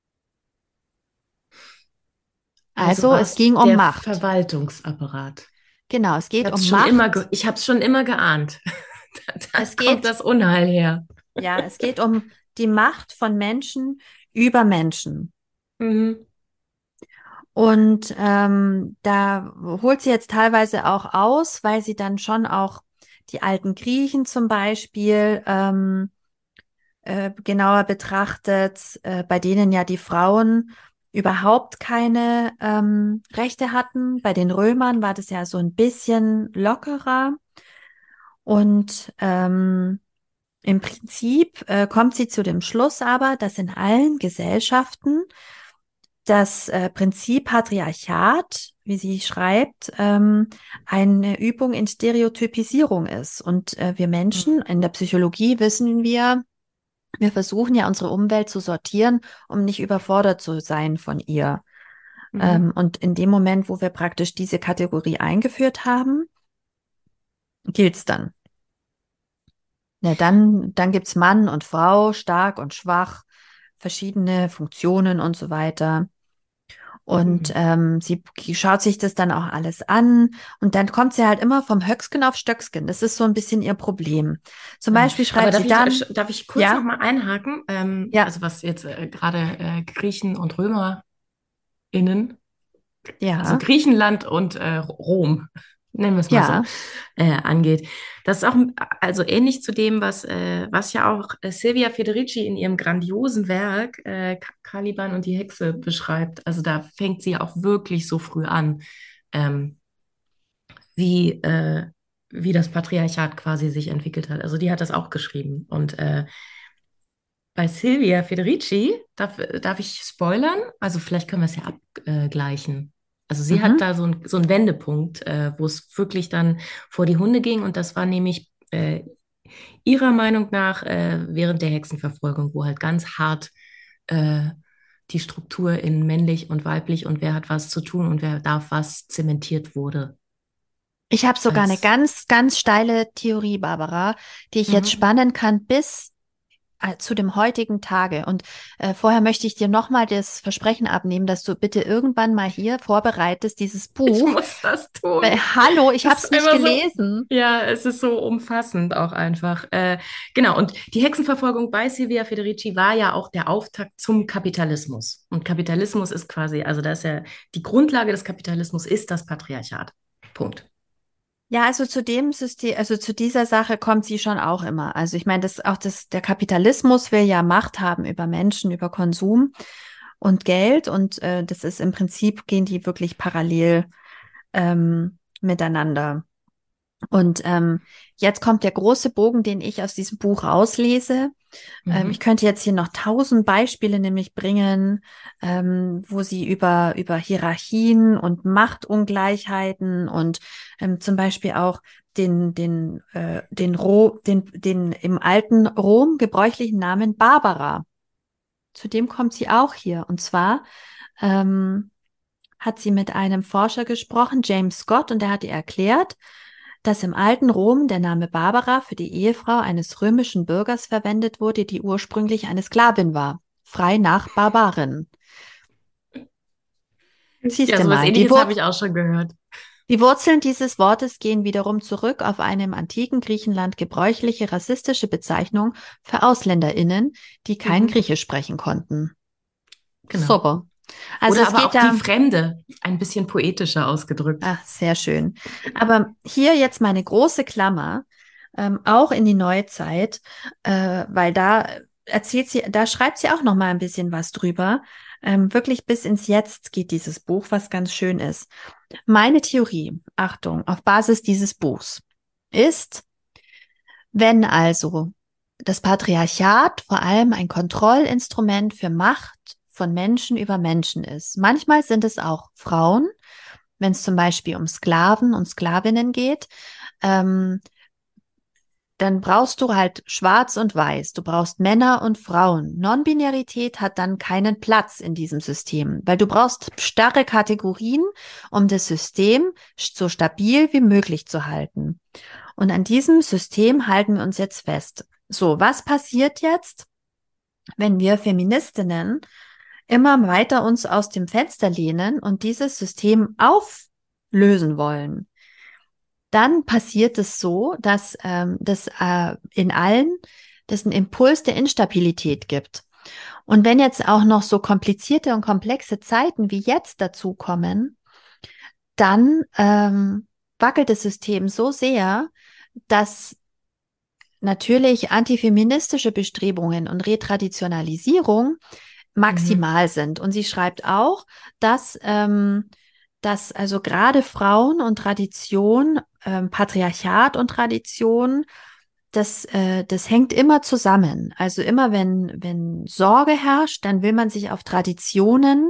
Also Also war es es ging um der Macht. Verwaltungsapparat. Genau, es Ich geht habe es um schon immer, ge Macht. ich habe schon immer geahnt. Da, da Es kommt geht, das Unheil her. ja, es geht um die Macht von Menschen über Menschen. Mhm. Und ähm, da holt sie jetzt teilweise auch aus, weil sie dann schon auch die alten Griechen zum Beispiel ähm, äh, genauer betrachtet, äh, bei denen ja die Frauen überhaupt keine ähm, Rechte hatten. Bei den Römern war das ja so ein bisschen lockerer. Und ähm, im Prinzip äh, kommt sie zu dem Schluss aber, dass in allen Gesellschaften das äh, Prinzip Patriarchat, wie sie schreibt, ähm, eine Übung in Stereotypisierung ist. Und äh, wir Menschen in der Psychologie wissen wir, wir versuchen ja unsere Umwelt zu sortieren, um nicht überfordert zu sein von ihr. Mhm. Ähm, und in dem Moment, wo wir praktisch diese Kategorie eingeführt haben, gilt's dann. Ja, dann, dann gibt's Mann und Frau, stark und schwach, verschiedene Funktionen und so weiter. Und Mhm. ähm, sie schaut sich das dann auch alles an und dann kommt sie halt immer vom Höcksken auf Stöcksken. Das ist so ein bisschen ihr Problem. Zum Genau. Beispiel Aber schreibt darf sie ich, dann, äh, darf ich kurz noch ja, mal einhaken? Ähm, ja, also was jetzt äh, gerade äh, Griechen und RömerInnen, also ja, Griechenland und äh, Rom, nennen wir es mal so, ja, äh, angeht. Das ist auch also ähnlich zu dem, was, äh, was ja auch äh, Silvia Federici in ihrem grandiosen Werk äh, Ka- Caliban und die Hexe beschreibt. Also da fängt sie auch wirklich so früh an, ähm, wie, äh, wie das Patriarchat quasi sich entwickelt hat. Also die hat das auch geschrieben. Und äh, bei Silvia Federici, darf, darf ich spoilern? Also vielleicht können wir es ja abgleichen. Also sie hat mhm. da so, ein, so einen Wendepunkt, äh, wo es wirklich dann vor die Hunde ging. Und das war nämlich äh, ihrer Meinung nach äh, während der Hexenverfolgung, wo halt ganz hart äh, die Struktur in männlich und weiblich und wer hat was zu tun und wer darf was zementiert wurde. Ich habe sogar eine Als ganz, ganz steile Theorie, Barbara, die ich jetzt mhm. spannen kann bis äh, zu dem heutigen Tage. Und äh, vorher möchte ich dir nochmal das Versprechen abnehmen, dass du bitte irgendwann mal hier vorbereitest, dieses Ich Buch. muss das tun. Weil, hallo, ich habe Das es ist nicht einfach so, gelesen. ja, es ist so umfassend auch einfach. Äh, genau, und die Hexenverfolgung bei Silvia Federici war ja auch der Auftakt zum Kapitalismus. Und Kapitalismus ist quasi, also da ist ja die Grundlage des Kapitalismus ist das Patriarchat. Punkt. Ja, also zu dem System, also zu dieser Sache kommt sie schon auch immer. Also ich meine, das auch das, der Kapitalismus will ja Macht haben über Menschen, über Konsum und Geld und äh, das ist im Prinzip gehen die wirklich parallel ähm, miteinander. Und ähm, jetzt kommt der große Bogen, den ich aus diesem Buch rauslese. Ähm, ich Mhm. könnte jetzt hier noch tausend Beispiele nämlich bringen, ähm, wo sie über, über Hierarchien und Machtungleichheiten und ähm, zum Beispiel auch den, den, äh, den, Ro den, den im alten Rom gebräuchlichen Namen Barbara. Zu dem kommt sie auch hier. Und zwar ähm, hat sie mit einem Forscher gesprochen, James Scott, und der hat ihr erklärt, dass im alten Rom der Name Barbara für die Ehefrau eines römischen Bürgers verwendet wurde, die ursprünglich eine Sklavin war, frei nach Barbarin. Ja, Siehste sowas mal, die, Ähnliches Wur habe ich auch schon gehört. die Wurzeln dieses Wortes gehen wiederum zurück auf eine im antiken Griechenland gebräuchliche rassistische Bezeichnung für AusländerInnen, die kein Mhm. Griechisch sprechen konnten. Genau. Super. Also Oder es aber geht auch die da. Fremde, ein bisschen poetischer ausgedrückt. Ah, sehr schön. Aber hier jetzt meine große Klammer, ähm, auch in die Neuzeit, äh, weil da erzählt sie, da schreibt sie auch noch mal ein bisschen was drüber. Ähm, wirklich bis ins Jetzt geht dieses Buch, was ganz schön ist. Meine Theorie, Achtung, auf Basis dieses Buchs ist, wenn also das Patriarchat vor allem ein Kontrollinstrument für Macht von Menschen über Menschen ist. Manchmal sind es auch Frauen, wenn es zum Beispiel um Sklaven und Sklavinnen geht, ähm, dann brauchst du halt schwarz und weiß. Du brauchst Männer und Frauen. Non-Binarität hat dann keinen Platz in diesem System, weil du brauchst starre Kategorien, um das System so stabil wie möglich zu halten. Und an diesem System halten wir uns jetzt fest. So, was passiert jetzt, wenn wir Feministinnen immer weiter uns aus dem Fenster lehnen und dieses System auflösen wollen? Dann passiert es so, dass ähm, das äh, in allen das einen Impuls der Instabilität gibt. Und wenn jetzt auch noch so komplizierte und komplexe Zeiten wie jetzt dazukommen, dann ähm, wackelt das System so sehr, dass natürlich antifeministische Bestrebungen und Retraditionalisierung Mhm. maximal sind. Und sie schreibt auch, dass, ähm, dass also gerade Frauen und Tradition, ähm, Patriarchat und Tradition, das, äh, das hängt immer zusammen. Also immer wenn, wenn Sorge herrscht, dann will man sich auf Traditionen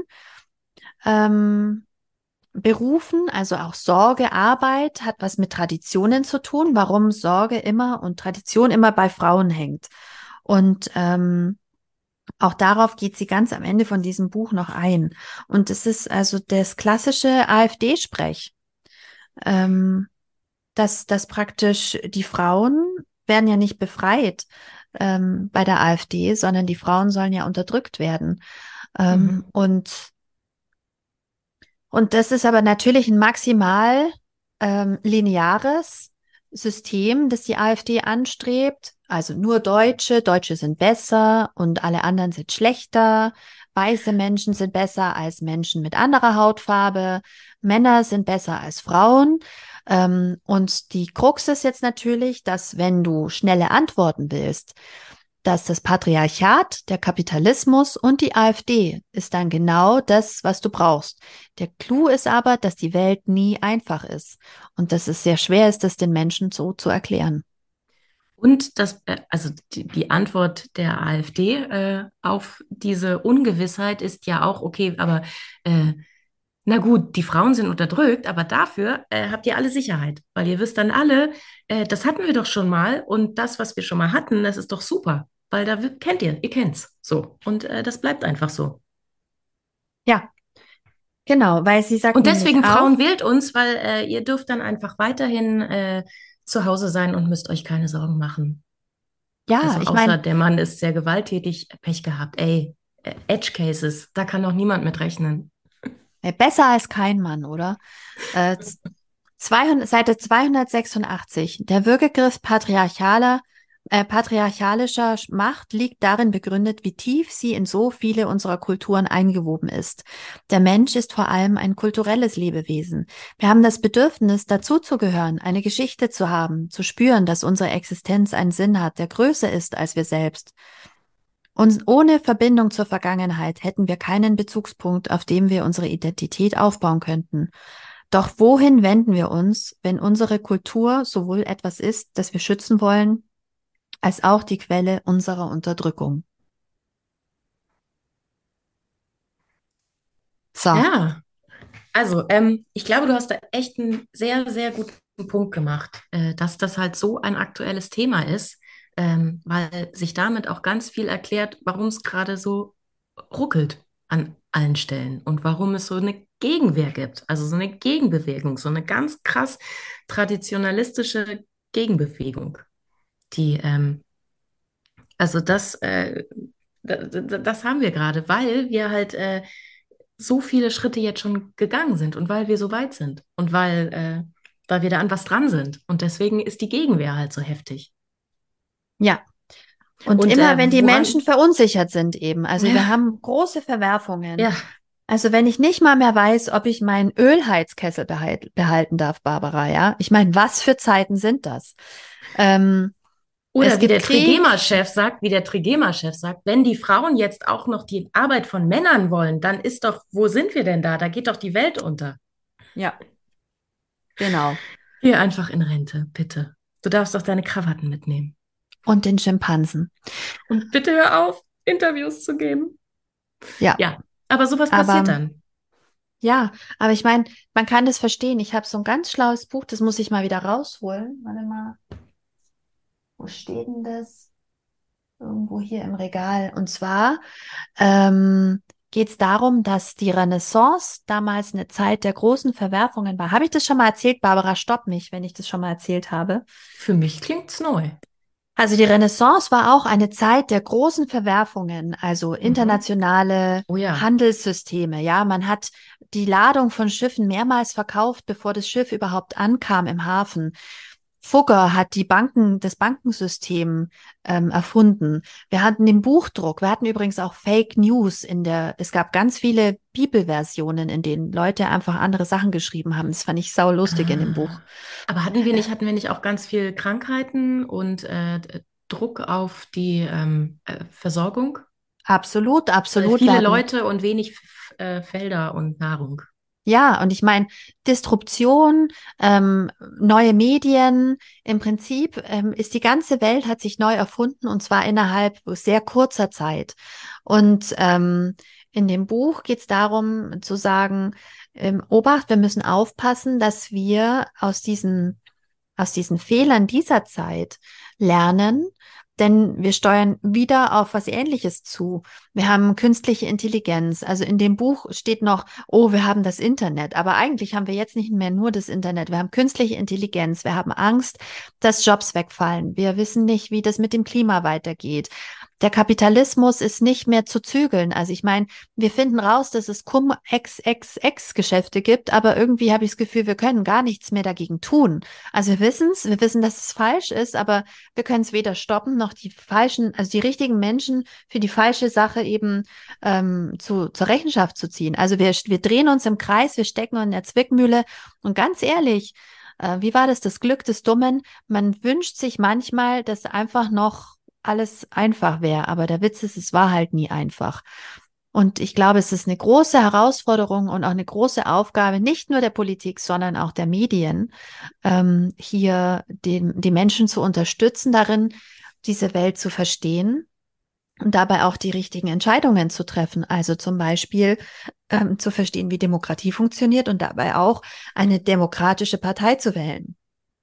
ähm, berufen. Also auch Sorgearbeit hat was mit Traditionen zu tun, warum Sorge immer und Tradition immer bei Frauen hängt. Und ähm, auch darauf geht sie ganz am Ende von diesem Buch noch ein. Und es ist also das klassische AfD-Sprech, ähm, dass, dass praktisch die Frauen werden ja nicht befreit ähm, bei der AfD, sondern die Frauen sollen ja unterdrückt werden. Ähm, Mhm. und Und das ist aber natürlich ein maximal ähm, lineares System, das die AfD anstrebt. Also nur Deutsche, Deutsche sind besser und alle anderen sind schlechter. Weiße Menschen sind besser als Menschen mit anderer Hautfarbe. Männer sind besser als Frauen. Ähm, und die Krux ist jetzt natürlich, dass wenn du schnelle Antworten willst, dass das Patriarchat, der Kapitalismus und die AfD ist dann genau das, was du brauchst. Der Clou ist aber, dass die Welt nie einfach ist und dass es sehr schwer ist, das den Menschen so zu erklären. Und das, äh, also die, die Antwort der AfD äh, auf diese Ungewissheit ist ja auch, okay, aber äh, na gut, die Frauen sind unterdrückt, aber dafür äh, habt ihr alle Sicherheit, weil ihr wisst dann alle, äh, das hatten wir doch schon mal und das, was wir schon mal hatten, das ist doch super, weil da w- kennt ihr, ihr kennt's so und äh, das bleibt einfach so. Ja, genau, weil sie sagt Und nämlich deswegen auch, Frauen wählt uns, weil äh, ihr dürft dann einfach weiterhin äh, zu Hause sein und müsst euch keine Sorgen machen. ja, Also ich außer meine, der Mann ist sehr gewalttätig, Pech gehabt. Ey, äh, Edge Cases, da kann doch niemand mit rechnen. besser als kein Mann, oder? Äh, zweihundert, Seite zweihundertsechsundachtzig. Der Würgegriff patriarchaler, äh, patriarchalischer Macht liegt darin begründet, wie tief sie in so viele unserer Kulturen eingewoben ist. Der Mensch ist vor allem ein kulturelles Lebewesen. Wir haben das Bedürfnis, dazuzugehören, eine Geschichte zu haben, zu spüren, dass unsere Existenz einen Sinn hat, der größer ist als wir selbst. Und ohne Verbindung zur Vergangenheit hätten wir keinen Bezugspunkt, auf dem wir unsere Identität aufbauen könnten. Doch wohin wenden wir uns, wenn unsere Kultur sowohl etwas ist, das wir schützen wollen, als auch die Quelle unserer Unterdrückung? So, Ja, also ähm, ich glaube, du hast da echt einen sehr, sehr guten Punkt gemacht, äh, dass das halt so ein aktuelles Thema ist, ähm, weil sich damit auch ganz viel erklärt, warum es gerade so ruckelt an allen Stellen und warum es so eine Gegenwehr gibt, also so eine Gegenbewegung, so eine ganz krass traditionalistische Gegenbewegung, die ähm, Also das, äh, da- da- das haben wir gerade, weil wir halt äh, so viele Schritte jetzt schon gegangen sind und weil wir so weit sind und weil, äh, weil wir da an was dran sind. Und deswegen ist die Gegenwehr halt so heftig. ja. Und Und immer äh, wenn die Menschen woran, verunsichert sind eben, also wir ja, haben große Verwerfungen. ja, Also wenn ich nicht mal mehr weiß, ob ich meinen Ölheizkessel behalt, behalten darf, Barbara, ja. Ich meine, was für Zeiten sind das? Ähm, es oder wie gibt der Krieg. Trigema-Chef sagt, wie der Trigema-Chef sagt, wenn die Frauen jetzt auch noch die Arbeit von Männern wollen, dann ist doch, wo sind wir denn da? Da geht doch die Welt unter. Ja, genau. Geh einfach in Rente, bitte. Du darfst doch deine Krawatten mitnehmen. Und den Schimpansen. Und bitte hör auf, Interviews zu geben. Ja, Ja, aber sowas passiert aber dann. ja, aber ich meine, man kann das verstehen. Ich habe so ein ganz schlaues Buch, das muss ich mal wieder rausholen. Warte mal, wo steht denn das? Irgendwo hier im Regal. Und zwar ähm, geht es darum, dass die Renaissance damals eine Zeit der großen Verwerfungen war. Habe ich das schon mal erzählt? Barbara, stopp mich, wenn ich das schon mal erzählt habe. Für mich klingt's neu. Also die Renaissance war auch eine Zeit der großen Verwerfungen, also Mhm. internationale Oh ja. Handelssysteme. Ja, man hat die Ladung von Schiffen mehrmals verkauft, bevor das Schiff überhaupt ankam im Hafen. Fugger hat die Banken, das Bankensystem ähm, erfunden. Wir hatten den Buchdruck. Wir hatten übrigens auch Fake News in der, es gab ganz viele Bibelversionen, in denen Leute einfach andere Sachen geschrieben haben. Das fand ich saulustig in dem Buch. Ah. Aber hatten wir nicht, hatten wir nicht auch ganz viel Krankheiten und äh, Druck auf die ähm, äh, Versorgung? Absolut, Äh, absolut. Wir viele hatten Leute und wenig F- äh, Felder und Nahrung. Ja, und ich meine, Disruption, ähm, neue Medien, im Prinzip ähm, ist die ganze Welt hat sich neu erfunden und zwar innerhalb sehr kurzer Zeit. Und ähm, in dem Buch geht es darum zu sagen, ähm, Obacht, wir müssen aufpassen, dass wir aus diesen aus diesen Fehlern dieser Zeit lernen, denn wir steuern wieder auf was Ähnliches zu. Wir haben künstliche Intelligenz. Also in dem Buch steht noch, oh, wir haben das Internet. Aber eigentlich haben wir jetzt nicht mehr nur das Internet. Wir haben künstliche Intelligenz. Wir haben Angst, dass Jobs wegfallen. Wir wissen nicht, wie das mit dem Klima weitergeht. Der Kapitalismus ist nicht mehr zu zügeln. Also ich meine, wir finden raus, dass es Cum-Ex-Ex-Ex-Geschäfte gibt, aber irgendwie habe ich das Gefühl, wir können gar nichts mehr dagegen tun. Also wir wissen es, wir wissen, dass es falsch ist, aber wir können es weder stoppen noch die falschen, also die richtigen Menschen für die falsche Sache eben ähm, zu, zur Rechenschaft zu ziehen. Also wir, wir drehen uns im Kreis, wir stecken in der Zwickmühle und ganz ehrlich, äh, wie war das, das Glück des Dummen? Man wünscht sich manchmal, dass einfach noch alles einfach wäre, aber der Witz ist, es war halt nie einfach. Und ich glaube, es ist eine große Herausforderung und auch eine große Aufgabe, nicht nur der Politik, sondern auch der Medien, ähm, hier den, die Menschen zu unterstützen darin, diese Welt zu verstehen und dabei auch die richtigen Entscheidungen zu treffen. Also zum Beispiel ähm, zu verstehen, wie Demokratie funktioniert und dabei auch eine demokratische Partei zu wählen.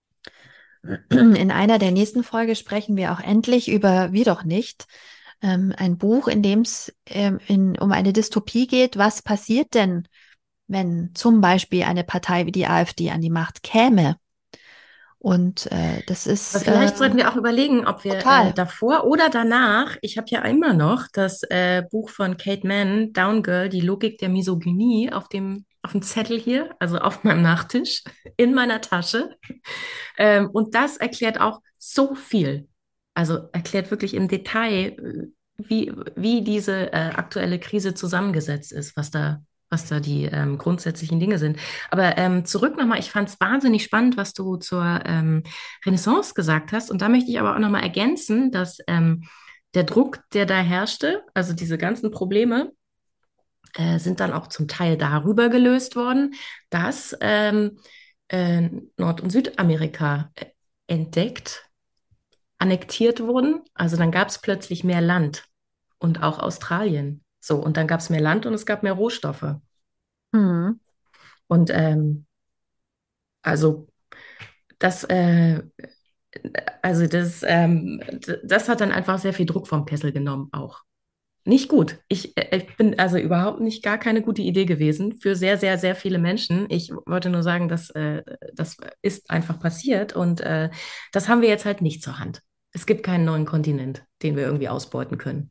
In einer der nächsten Folge sprechen wir auch endlich über Wie doch nicht, ähm, ein Buch, in dem es ähm, in, um eine Dystopie geht. Was passiert denn, wenn zum Beispiel eine Partei wie die AfD an die Macht käme? Und äh, das Aber ist äh, vielleicht sollten wir auch überlegen, ob wir äh, total. davor oder danach, ich habe ja immer noch das äh, Buch von Kate Mann, Down Girl, die Logik der Misogynie, auf dem, auf dem Zettel hier, also auf meinem Nachttisch, in meiner Tasche. Ähm, und das erklärt auch so viel. Also erklärt wirklich im Detail, äh, wie, wie diese äh, aktuelle Krise zusammengesetzt ist, was da, was da die ähm, grundsätzlichen Dinge sind. Aber ähm, zurück nochmal, ich fand es wahnsinnig spannend, was du zur ähm, Renaissance gesagt hast. Und da möchte ich aber auch nochmal ergänzen, dass ähm, der Druck, der da herrschte, also diese ganzen Probleme, äh, sind dann auch zum Teil darüber gelöst worden, dass ähm, äh, Nord- und Südamerika äh, entdeckt, annektiert wurden. Also dann gab es plötzlich mehr Land und auch Australien. So, und dann gab es mehr Land und es gab mehr Rohstoffe. Hm. Und ähm, also das, äh, also das, ähm, d- das hat dann einfach sehr viel Druck vom Kessel genommen auch. Nicht gut. Ich, äh, ich bin also überhaupt nicht gar keine gute Idee gewesen für sehr, sehr, sehr viele Menschen. Ich wollte nur sagen, dass äh, das ist einfach passiert und äh, das haben wir jetzt halt nicht zur Hand. Es gibt keinen neuen Kontinent, den wir irgendwie ausbeuten können.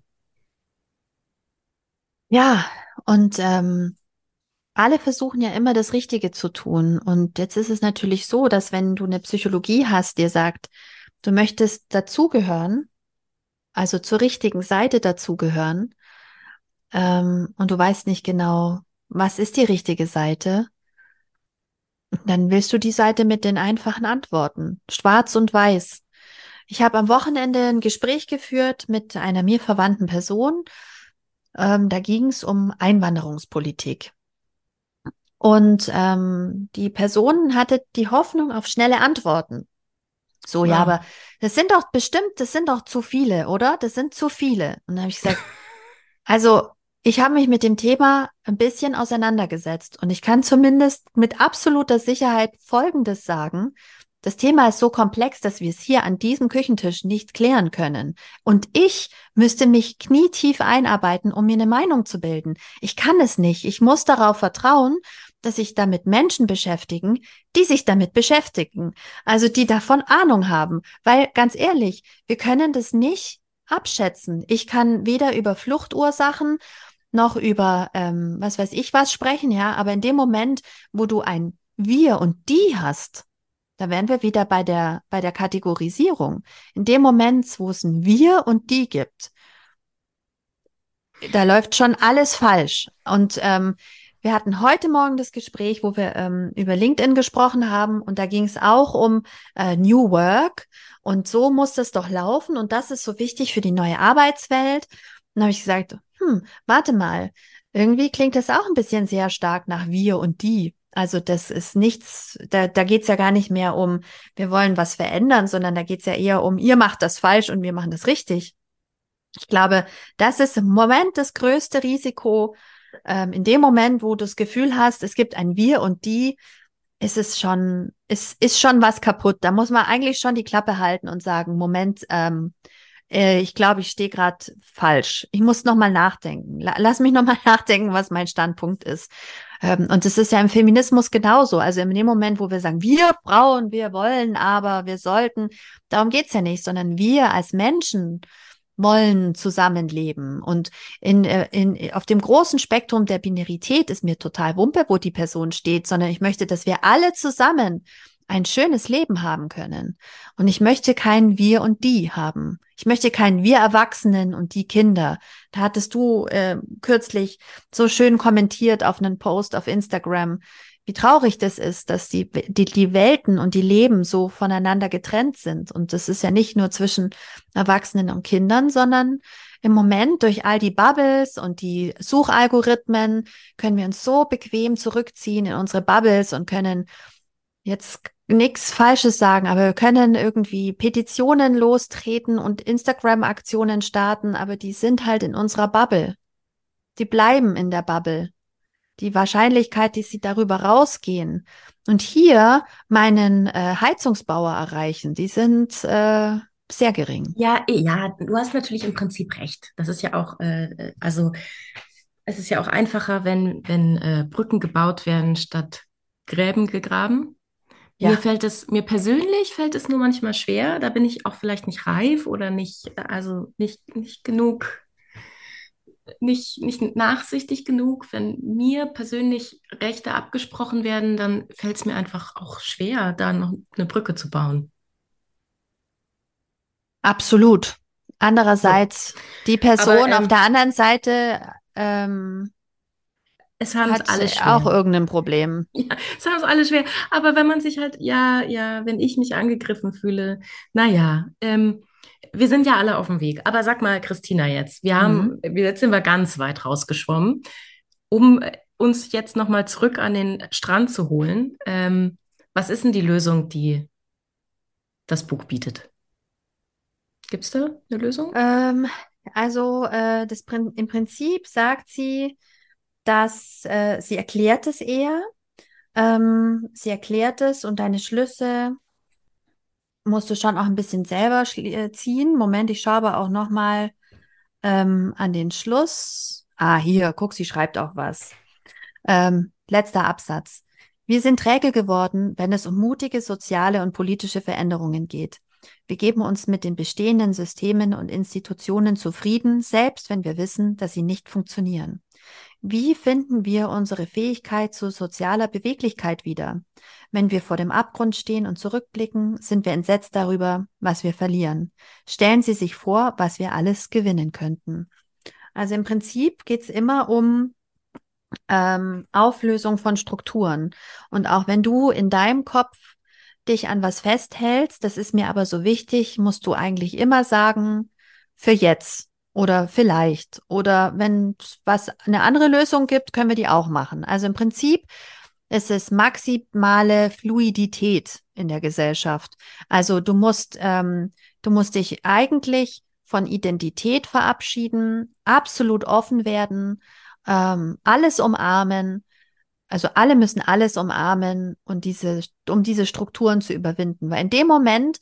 Ja, und ähm, alle versuchen ja immer das Richtige zu tun. Und jetzt ist es natürlich so, dass wenn du eine Psychologie hast, dir sagt, du möchtest dazugehören, also zur richtigen Seite dazugehören, ähm, und du weißt nicht genau, was ist die richtige Seite, dann willst du die Seite mit den einfachen Antworten, schwarz und weiß. Ich habe am Wochenende ein Gespräch geführt mit einer mir verwandten Person. Ähm, da ging es um Einwanderungspolitik. Und ähm, die Person hatte die Hoffnung auf schnelle Antworten. So, ja, aber Wow. das sind doch bestimmt, das sind doch zu viele, oder? Das sind zu viele. Und dann habe ich gesagt, also ich habe mich mit dem Thema ein bisschen auseinandergesetzt und ich kann zumindest mit absoluter Sicherheit Folgendes sagen. Das Thema ist so komplex, dass wir es hier an diesem Küchentisch nicht klären können. Und ich müsste mich knietief einarbeiten, um mir eine Meinung zu bilden. Ich kann es nicht. Ich muss darauf vertrauen, dass sich damit Menschen beschäftigen, die sich damit beschäftigen. Also die davon Ahnung haben. Weil ganz ehrlich, wir können das nicht abschätzen. Ich kann weder über Fluchtursachen noch über ähm, was weiß ich was sprechen, ja, aber in dem Moment, wo du ein Wir und die hast, Da wären wir wieder bei der, bei der Kategorisierung. In dem Moment, wo es ein Wir und die gibt, da läuft schon alles falsch. Und ähm, wir hatten heute Morgen das Gespräch, wo wir ähm, über LinkedIn gesprochen haben und da ging es auch um äh, New Work und so muss das doch laufen und das ist so wichtig für die neue Arbeitswelt. Und dann habe ich gesagt, hm, warte mal, irgendwie klingt das auch ein bisschen sehr stark nach wir und die. Also das ist nichts, da, da geht es ja gar nicht mehr um, wir wollen was verändern, sondern da geht es ja eher um, ihr macht das falsch und wir machen das richtig. Ich glaube, das ist im Moment das größte Risiko. Ähm, in dem Moment, wo du das Gefühl hast, es gibt ein Wir und die, ist es schon, ist, ist schon was kaputt. Da muss man eigentlich schon die Klappe halten und sagen, Moment, ähm, äh, ich glaube, ich stehe gerade falsch. Ich muss noch mal nachdenken. La lass mich noch mal nachdenken, was mein Standpunkt ist. Ähm, und das ist ja im Feminismus genauso. Also in dem Moment, wo wir sagen, wir Frauen, wir wollen, aber wir sollten, darum geht's ja nicht, sondern wir als Menschen wollen zusammenleben. Und in, äh, in, auf dem großen Spektrum der Binarität ist mir total Wumpe, wo die Person steht, sondern ich möchte, dass wir alle zusammen ein schönes Leben haben können. Und ich möchte kein Wir und die haben. Ich möchte kein Wir Erwachsenen und die Kinder. Da hattest du äh, kürzlich so schön kommentiert auf einen Post auf Instagram, wie traurig das ist, dass die, die, die Welten und die Leben so voneinander getrennt sind. Und das ist ja nicht nur zwischen Erwachsenen und Kindern, sondern im Moment durch all die Bubbles und die Suchalgorithmen können wir uns so bequem zurückziehen in unsere Bubbles und können jetzt nichts Falsches sagen, aber wir können irgendwie Petitionen lostreten und Instagram-Aktionen starten, aber die sind halt in unserer Bubble. Die bleiben in der Bubble. Die Wahrscheinlichkeit, dass sie darüber rausgehen und hier meinen äh, Heizungsbauer erreichen, die sind äh, sehr gering. Ja, eh, ja, du hast natürlich im Prinzip recht. Das ist ja auch, äh, äh, also es ist ja auch einfacher, wenn, wenn äh, Brücken gebaut werden, statt Gräben gegraben. Mir Ja, fällt es, mir persönlich fällt es nur manchmal schwer. Da bin ich auch vielleicht nicht reif oder nicht, also nicht, nicht genug, nicht, nicht nachsichtig genug. Wenn mir persönlich Rechte abgesprochen werden, dann fällt es mir einfach auch schwer, da noch eine Brücke zu bauen. absolut. So. Andererseits, die Aber Person auf ähm, der anderen Seite ähm, es haben es hat alle auch schwer. irgendein Problem. Ja, es haben es alle schwer. Aber wenn man sich halt, ja, ja, wenn ich mich angegriffen fühle, naja, ähm, wir sind ja alle auf dem Weg. Aber sag mal, Christina, jetzt, wir haben, Mhm. wir- jetzt sind wir ganz weit rausgeschwommen, um äh, uns jetzt nochmal zurück an den Strand zu holen. Ähm, was ist denn die Lösung, die das Buch bietet? Gibt es da eine Lösung? Ähm, also äh, das, Prin- im Prinzip sagt sie, dass äh, sie erklärt es eher. Ähm, sie erklärt es und deine Schlüsse musst du schon auch ein bisschen selber schli- äh, ziehen. Moment, ich schaue aber auch noch mal ähm, an den Schluss. Ah, hier, guck, sie schreibt auch was. Ähm, letzter Absatz. Wir sind träge geworden, wenn es um mutige soziale und politische Veränderungen geht. Wir geben uns mit den bestehenden Systemen und Institutionen zufrieden, selbst wenn wir wissen, dass sie nicht funktionieren. Wie finden wir unsere Fähigkeit zu sozialer Beweglichkeit wieder? Wenn wir vor dem Abgrund stehen und zurückblicken, sind wir entsetzt darüber, was wir verlieren. Stellen Sie sich vor, was wir alles gewinnen könnten. Also im Prinzip geht es immer um ähm, Auflösung von Strukturen. Und auch wenn du in deinem Kopf dich an was festhältst, das ist mir aber so wichtig, musst du eigentlich immer sagen, für jetzt oder vielleicht. Oder wenn es was eine andere Lösung gibt, können wir die auch machen. Also im Prinzip ist es maximale Fluidität in der Gesellschaft. Also du musst, ähm, du musst dich eigentlich von Identität verabschieden, absolut offen werden, ähm, alles umarmen. Also alle müssen alles umarmen und diese, um diese Strukturen zu überwinden. Weil in dem Moment,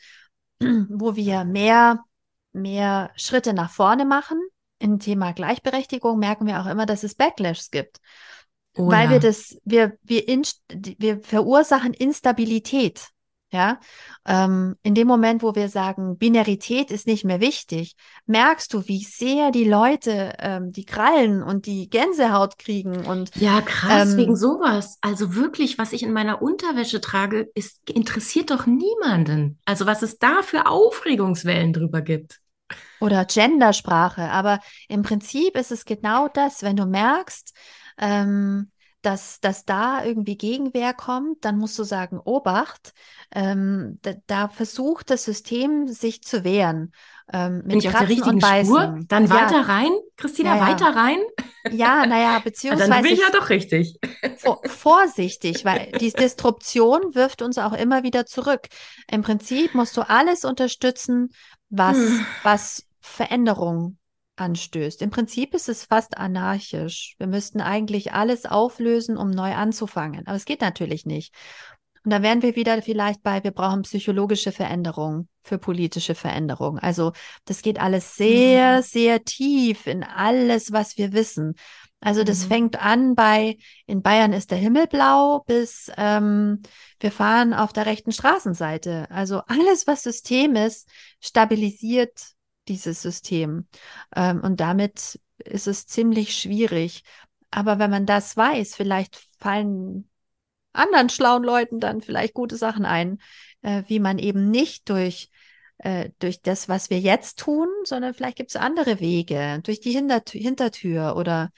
wo wir mehr, mehr Schritte nach vorne machen im Thema Gleichberechtigung, merken wir auch immer, dass es Backlash gibt. Oh Weil wir ja. das, wir, wir, inst, wir verursachen Instabilität. Ja, ähm, in dem Moment, wo wir sagen, Binarität ist nicht mehr wichtig, merkst du, wie sehr die Leute ähm, die Krallen und die Gänsehaut kriegen und Ja, krass, wegen ähm, sowas. Also wirklich, was ich in meiner Unterwäsche trage, ist, interessiert doch niemanden. Also was es da für Aufregungswellen drüber gibt. oder Gendersprache. Aber im Prinzip ist es genau das, wenn du merkst, ähm, dass, dass da irgendwie Gegenwehr kommt, dann musst du sagen, Obacht, ähm, da, da versucht das System sich zu wehren, ähm, Bin mit ich auf der Kratzen und richtigen Spur? Beißen. Dann Ja, weiter rein? ja, Christina, ja. weiter rein? Ja, naja, Ah, dann bin beziehungsweise ich ja doch richtig. vor, vorsichtig, weil die Disruption wirft uns auch immer wieder zurück. Im Prinzip musst du alles unterstützen, Hm. was, was Veränderung anstößt. Im Prinzip ist es fast anarchisch. Wir müssten eigentlich alles auflösen, um neu anzufangen. Aber es geht natürlich nicht. Und da wären wir wieder vielleicht bei, wir brauchen psychologische Veränderung für politische Veränderung. Also das geht alles sehr, Mhm. sehr tief in alles, was wir wissen. Also das Mhm. fängt an bei, in Bayern ist der Himmel blau, bis ähm, wir fahren auf der rechten Straßenseite. Also alles, was System ist, stabilisiert dieses System. Ähm, und damit ist es ziemlich schwierig. Aber wenn man das weiß, vielleicht fallen anderen schlauen Leuten dann vielleicht gute Sachen ein, äh, wie man eben nicht durch, äh, durch das, was wir jetzt tun, sondern vielleicht gibt es andere Wege, durch die Hintertür, Hintertür oder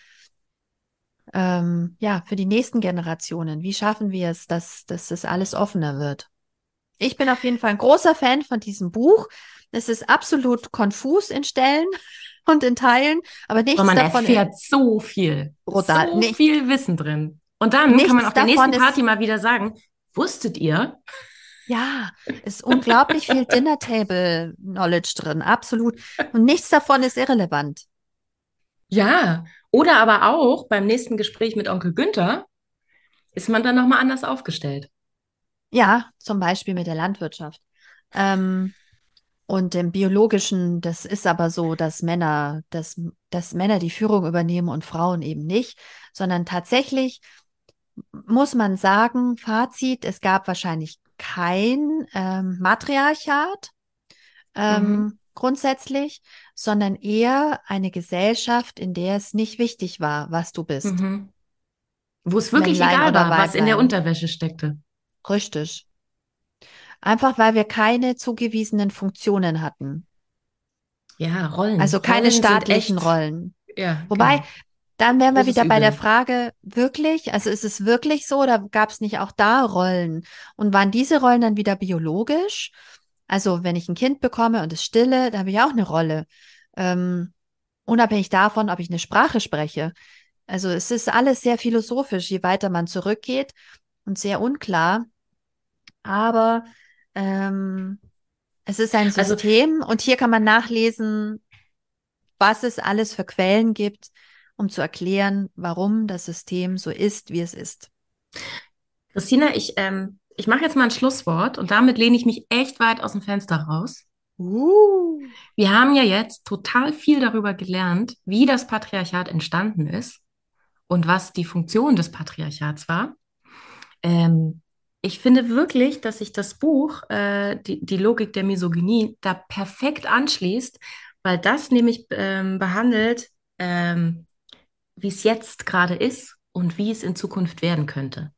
ähm, ja, für die nächsten Generationen. Wie schaffen wir es, dass, dass das alles offener wird? Ich bin auf jeden Fall ein großer Fan von diesem Buch. Es ist absolut konfus in Stellen und in Teilen, aber Aber nichts man davon ist erfährt so viel, brutal. so Nicht, viel Wissen drin. Und dann kann man nichts auf der davon nächsten ist Party mal wieder sagen, wusstet ihr? Ja, ist unglaublich viel Dinner Table Knowledge drin, absolut. Und nichts davon ist irrelevant. Ja. Oder aber auch beim nächsten Gespräch mit Onkel Günther ist man dann nochmal anders aufgestellt. Ja, zum Beispiel mit der Landwirtschaft. Ähm, und im Biologischen, das ist aber so, dass Männer, dass, dass Männer die Führung übernehmen und Frauen eben nicht, sondern tatsächlich muss man sagen, Fazit, es gab wahrscheinlich kein ähm, Matriarchat, Mhm. ähm, grundsätzlich, sondern eher eine Gesellschaft, in der es nicht wichtig war, was du bist, Mhm. Wo es wirklich Männlein egal oder war, was in der Weiblein. Unterwäsche steckte. Richtig. Einfach weil wir keine zugewiesenen Funktionen hatten. Ja, Rollen. Also keine Rollen sind staatlichen echt, Rollen. ja, Wobei, genau. dann wären wir Großes wieder bei der Übel. Frage, wirklich, also ist es wirklich so oder gab es nicht auch da Rollen? Und waren diese Rollen dann wieder biologisch? Also wenn ich ein Kind bekomme und es stille, da habe ich auch eine Rolle. Ähm, unabhängig davon, ob ich eine Sprache spreche. Also es ist alles sehr philosophisch, je weiter man zurückgeht und sehr unklar. Aber ähm, es ist ein Also, System und hier kann man nachlesen, was es alles für Quellen gibt, um zu erklären, warum das System so ist, wie es ist. Christina, ich, ähm, ich mache jetzt mal ein Schlusswort und damit lehne ich mich echt weit aus dem Fenster raus. Uh. Wir haben ja jetzt total viel darüber gelernt, wie das Patriarchat entstanden ist und was die Funktion des Patriarchats war. Ähm, Ich finde wirklich, dass sich das Buch, äh, die, die Logik der Misogynie, da perfekt anschließt, weil das nämlich ähm, behandelt, ähm, wie es jetzt gerade ist und wie es in Zukunft werden könnte.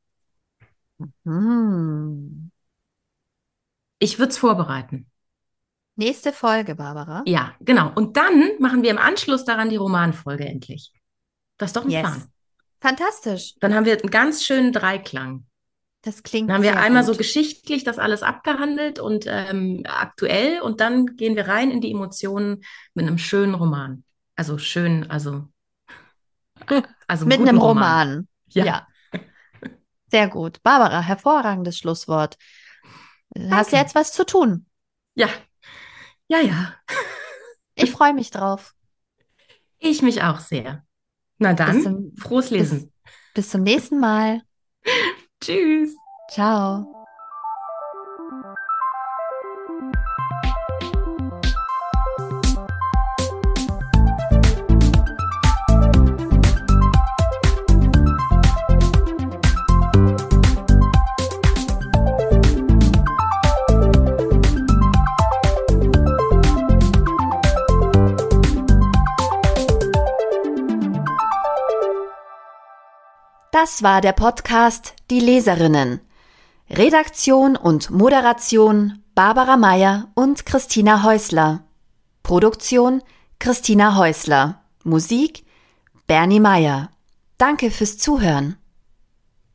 Hm. Ich würde es vorbereiten. Nächste Folge, Barbara. Ja, genau. Und dann machen wir im Anschluss daran die Romanfolge endlich. Das ist doch ein Yes. Plan. Fantastisch. Dann haben wir einen ganz schönen Dreiklang. Das Dann klingt haben wir sehr einmal so gut. geschichtlich das alles abgehandelt und ähm, aktuell und dann gehen wir rein in die Emotionen mit einem schönen Roman. Also schön, also, also einen Mit guten einem Roman. Roman. Ja, Ja, sehr gut. Barbara, hervorragendes Schlusswort. Hast du danke. jetzt was zu tun? Ja, ja, ja. Ich freue mich drauf. Ich mich auch sehr. Na Bis dann, zum, frohes bis, Lesen. bis zum nächsten Mal. Tschüss. Ciao. Das war der Podcast Die Leserinnen. Redaktion und Moderation Barbara Meyer und Christina Häusler. Produktion Christina Häusler. Musik Bernie Meyer. Danke fürs Zuhören.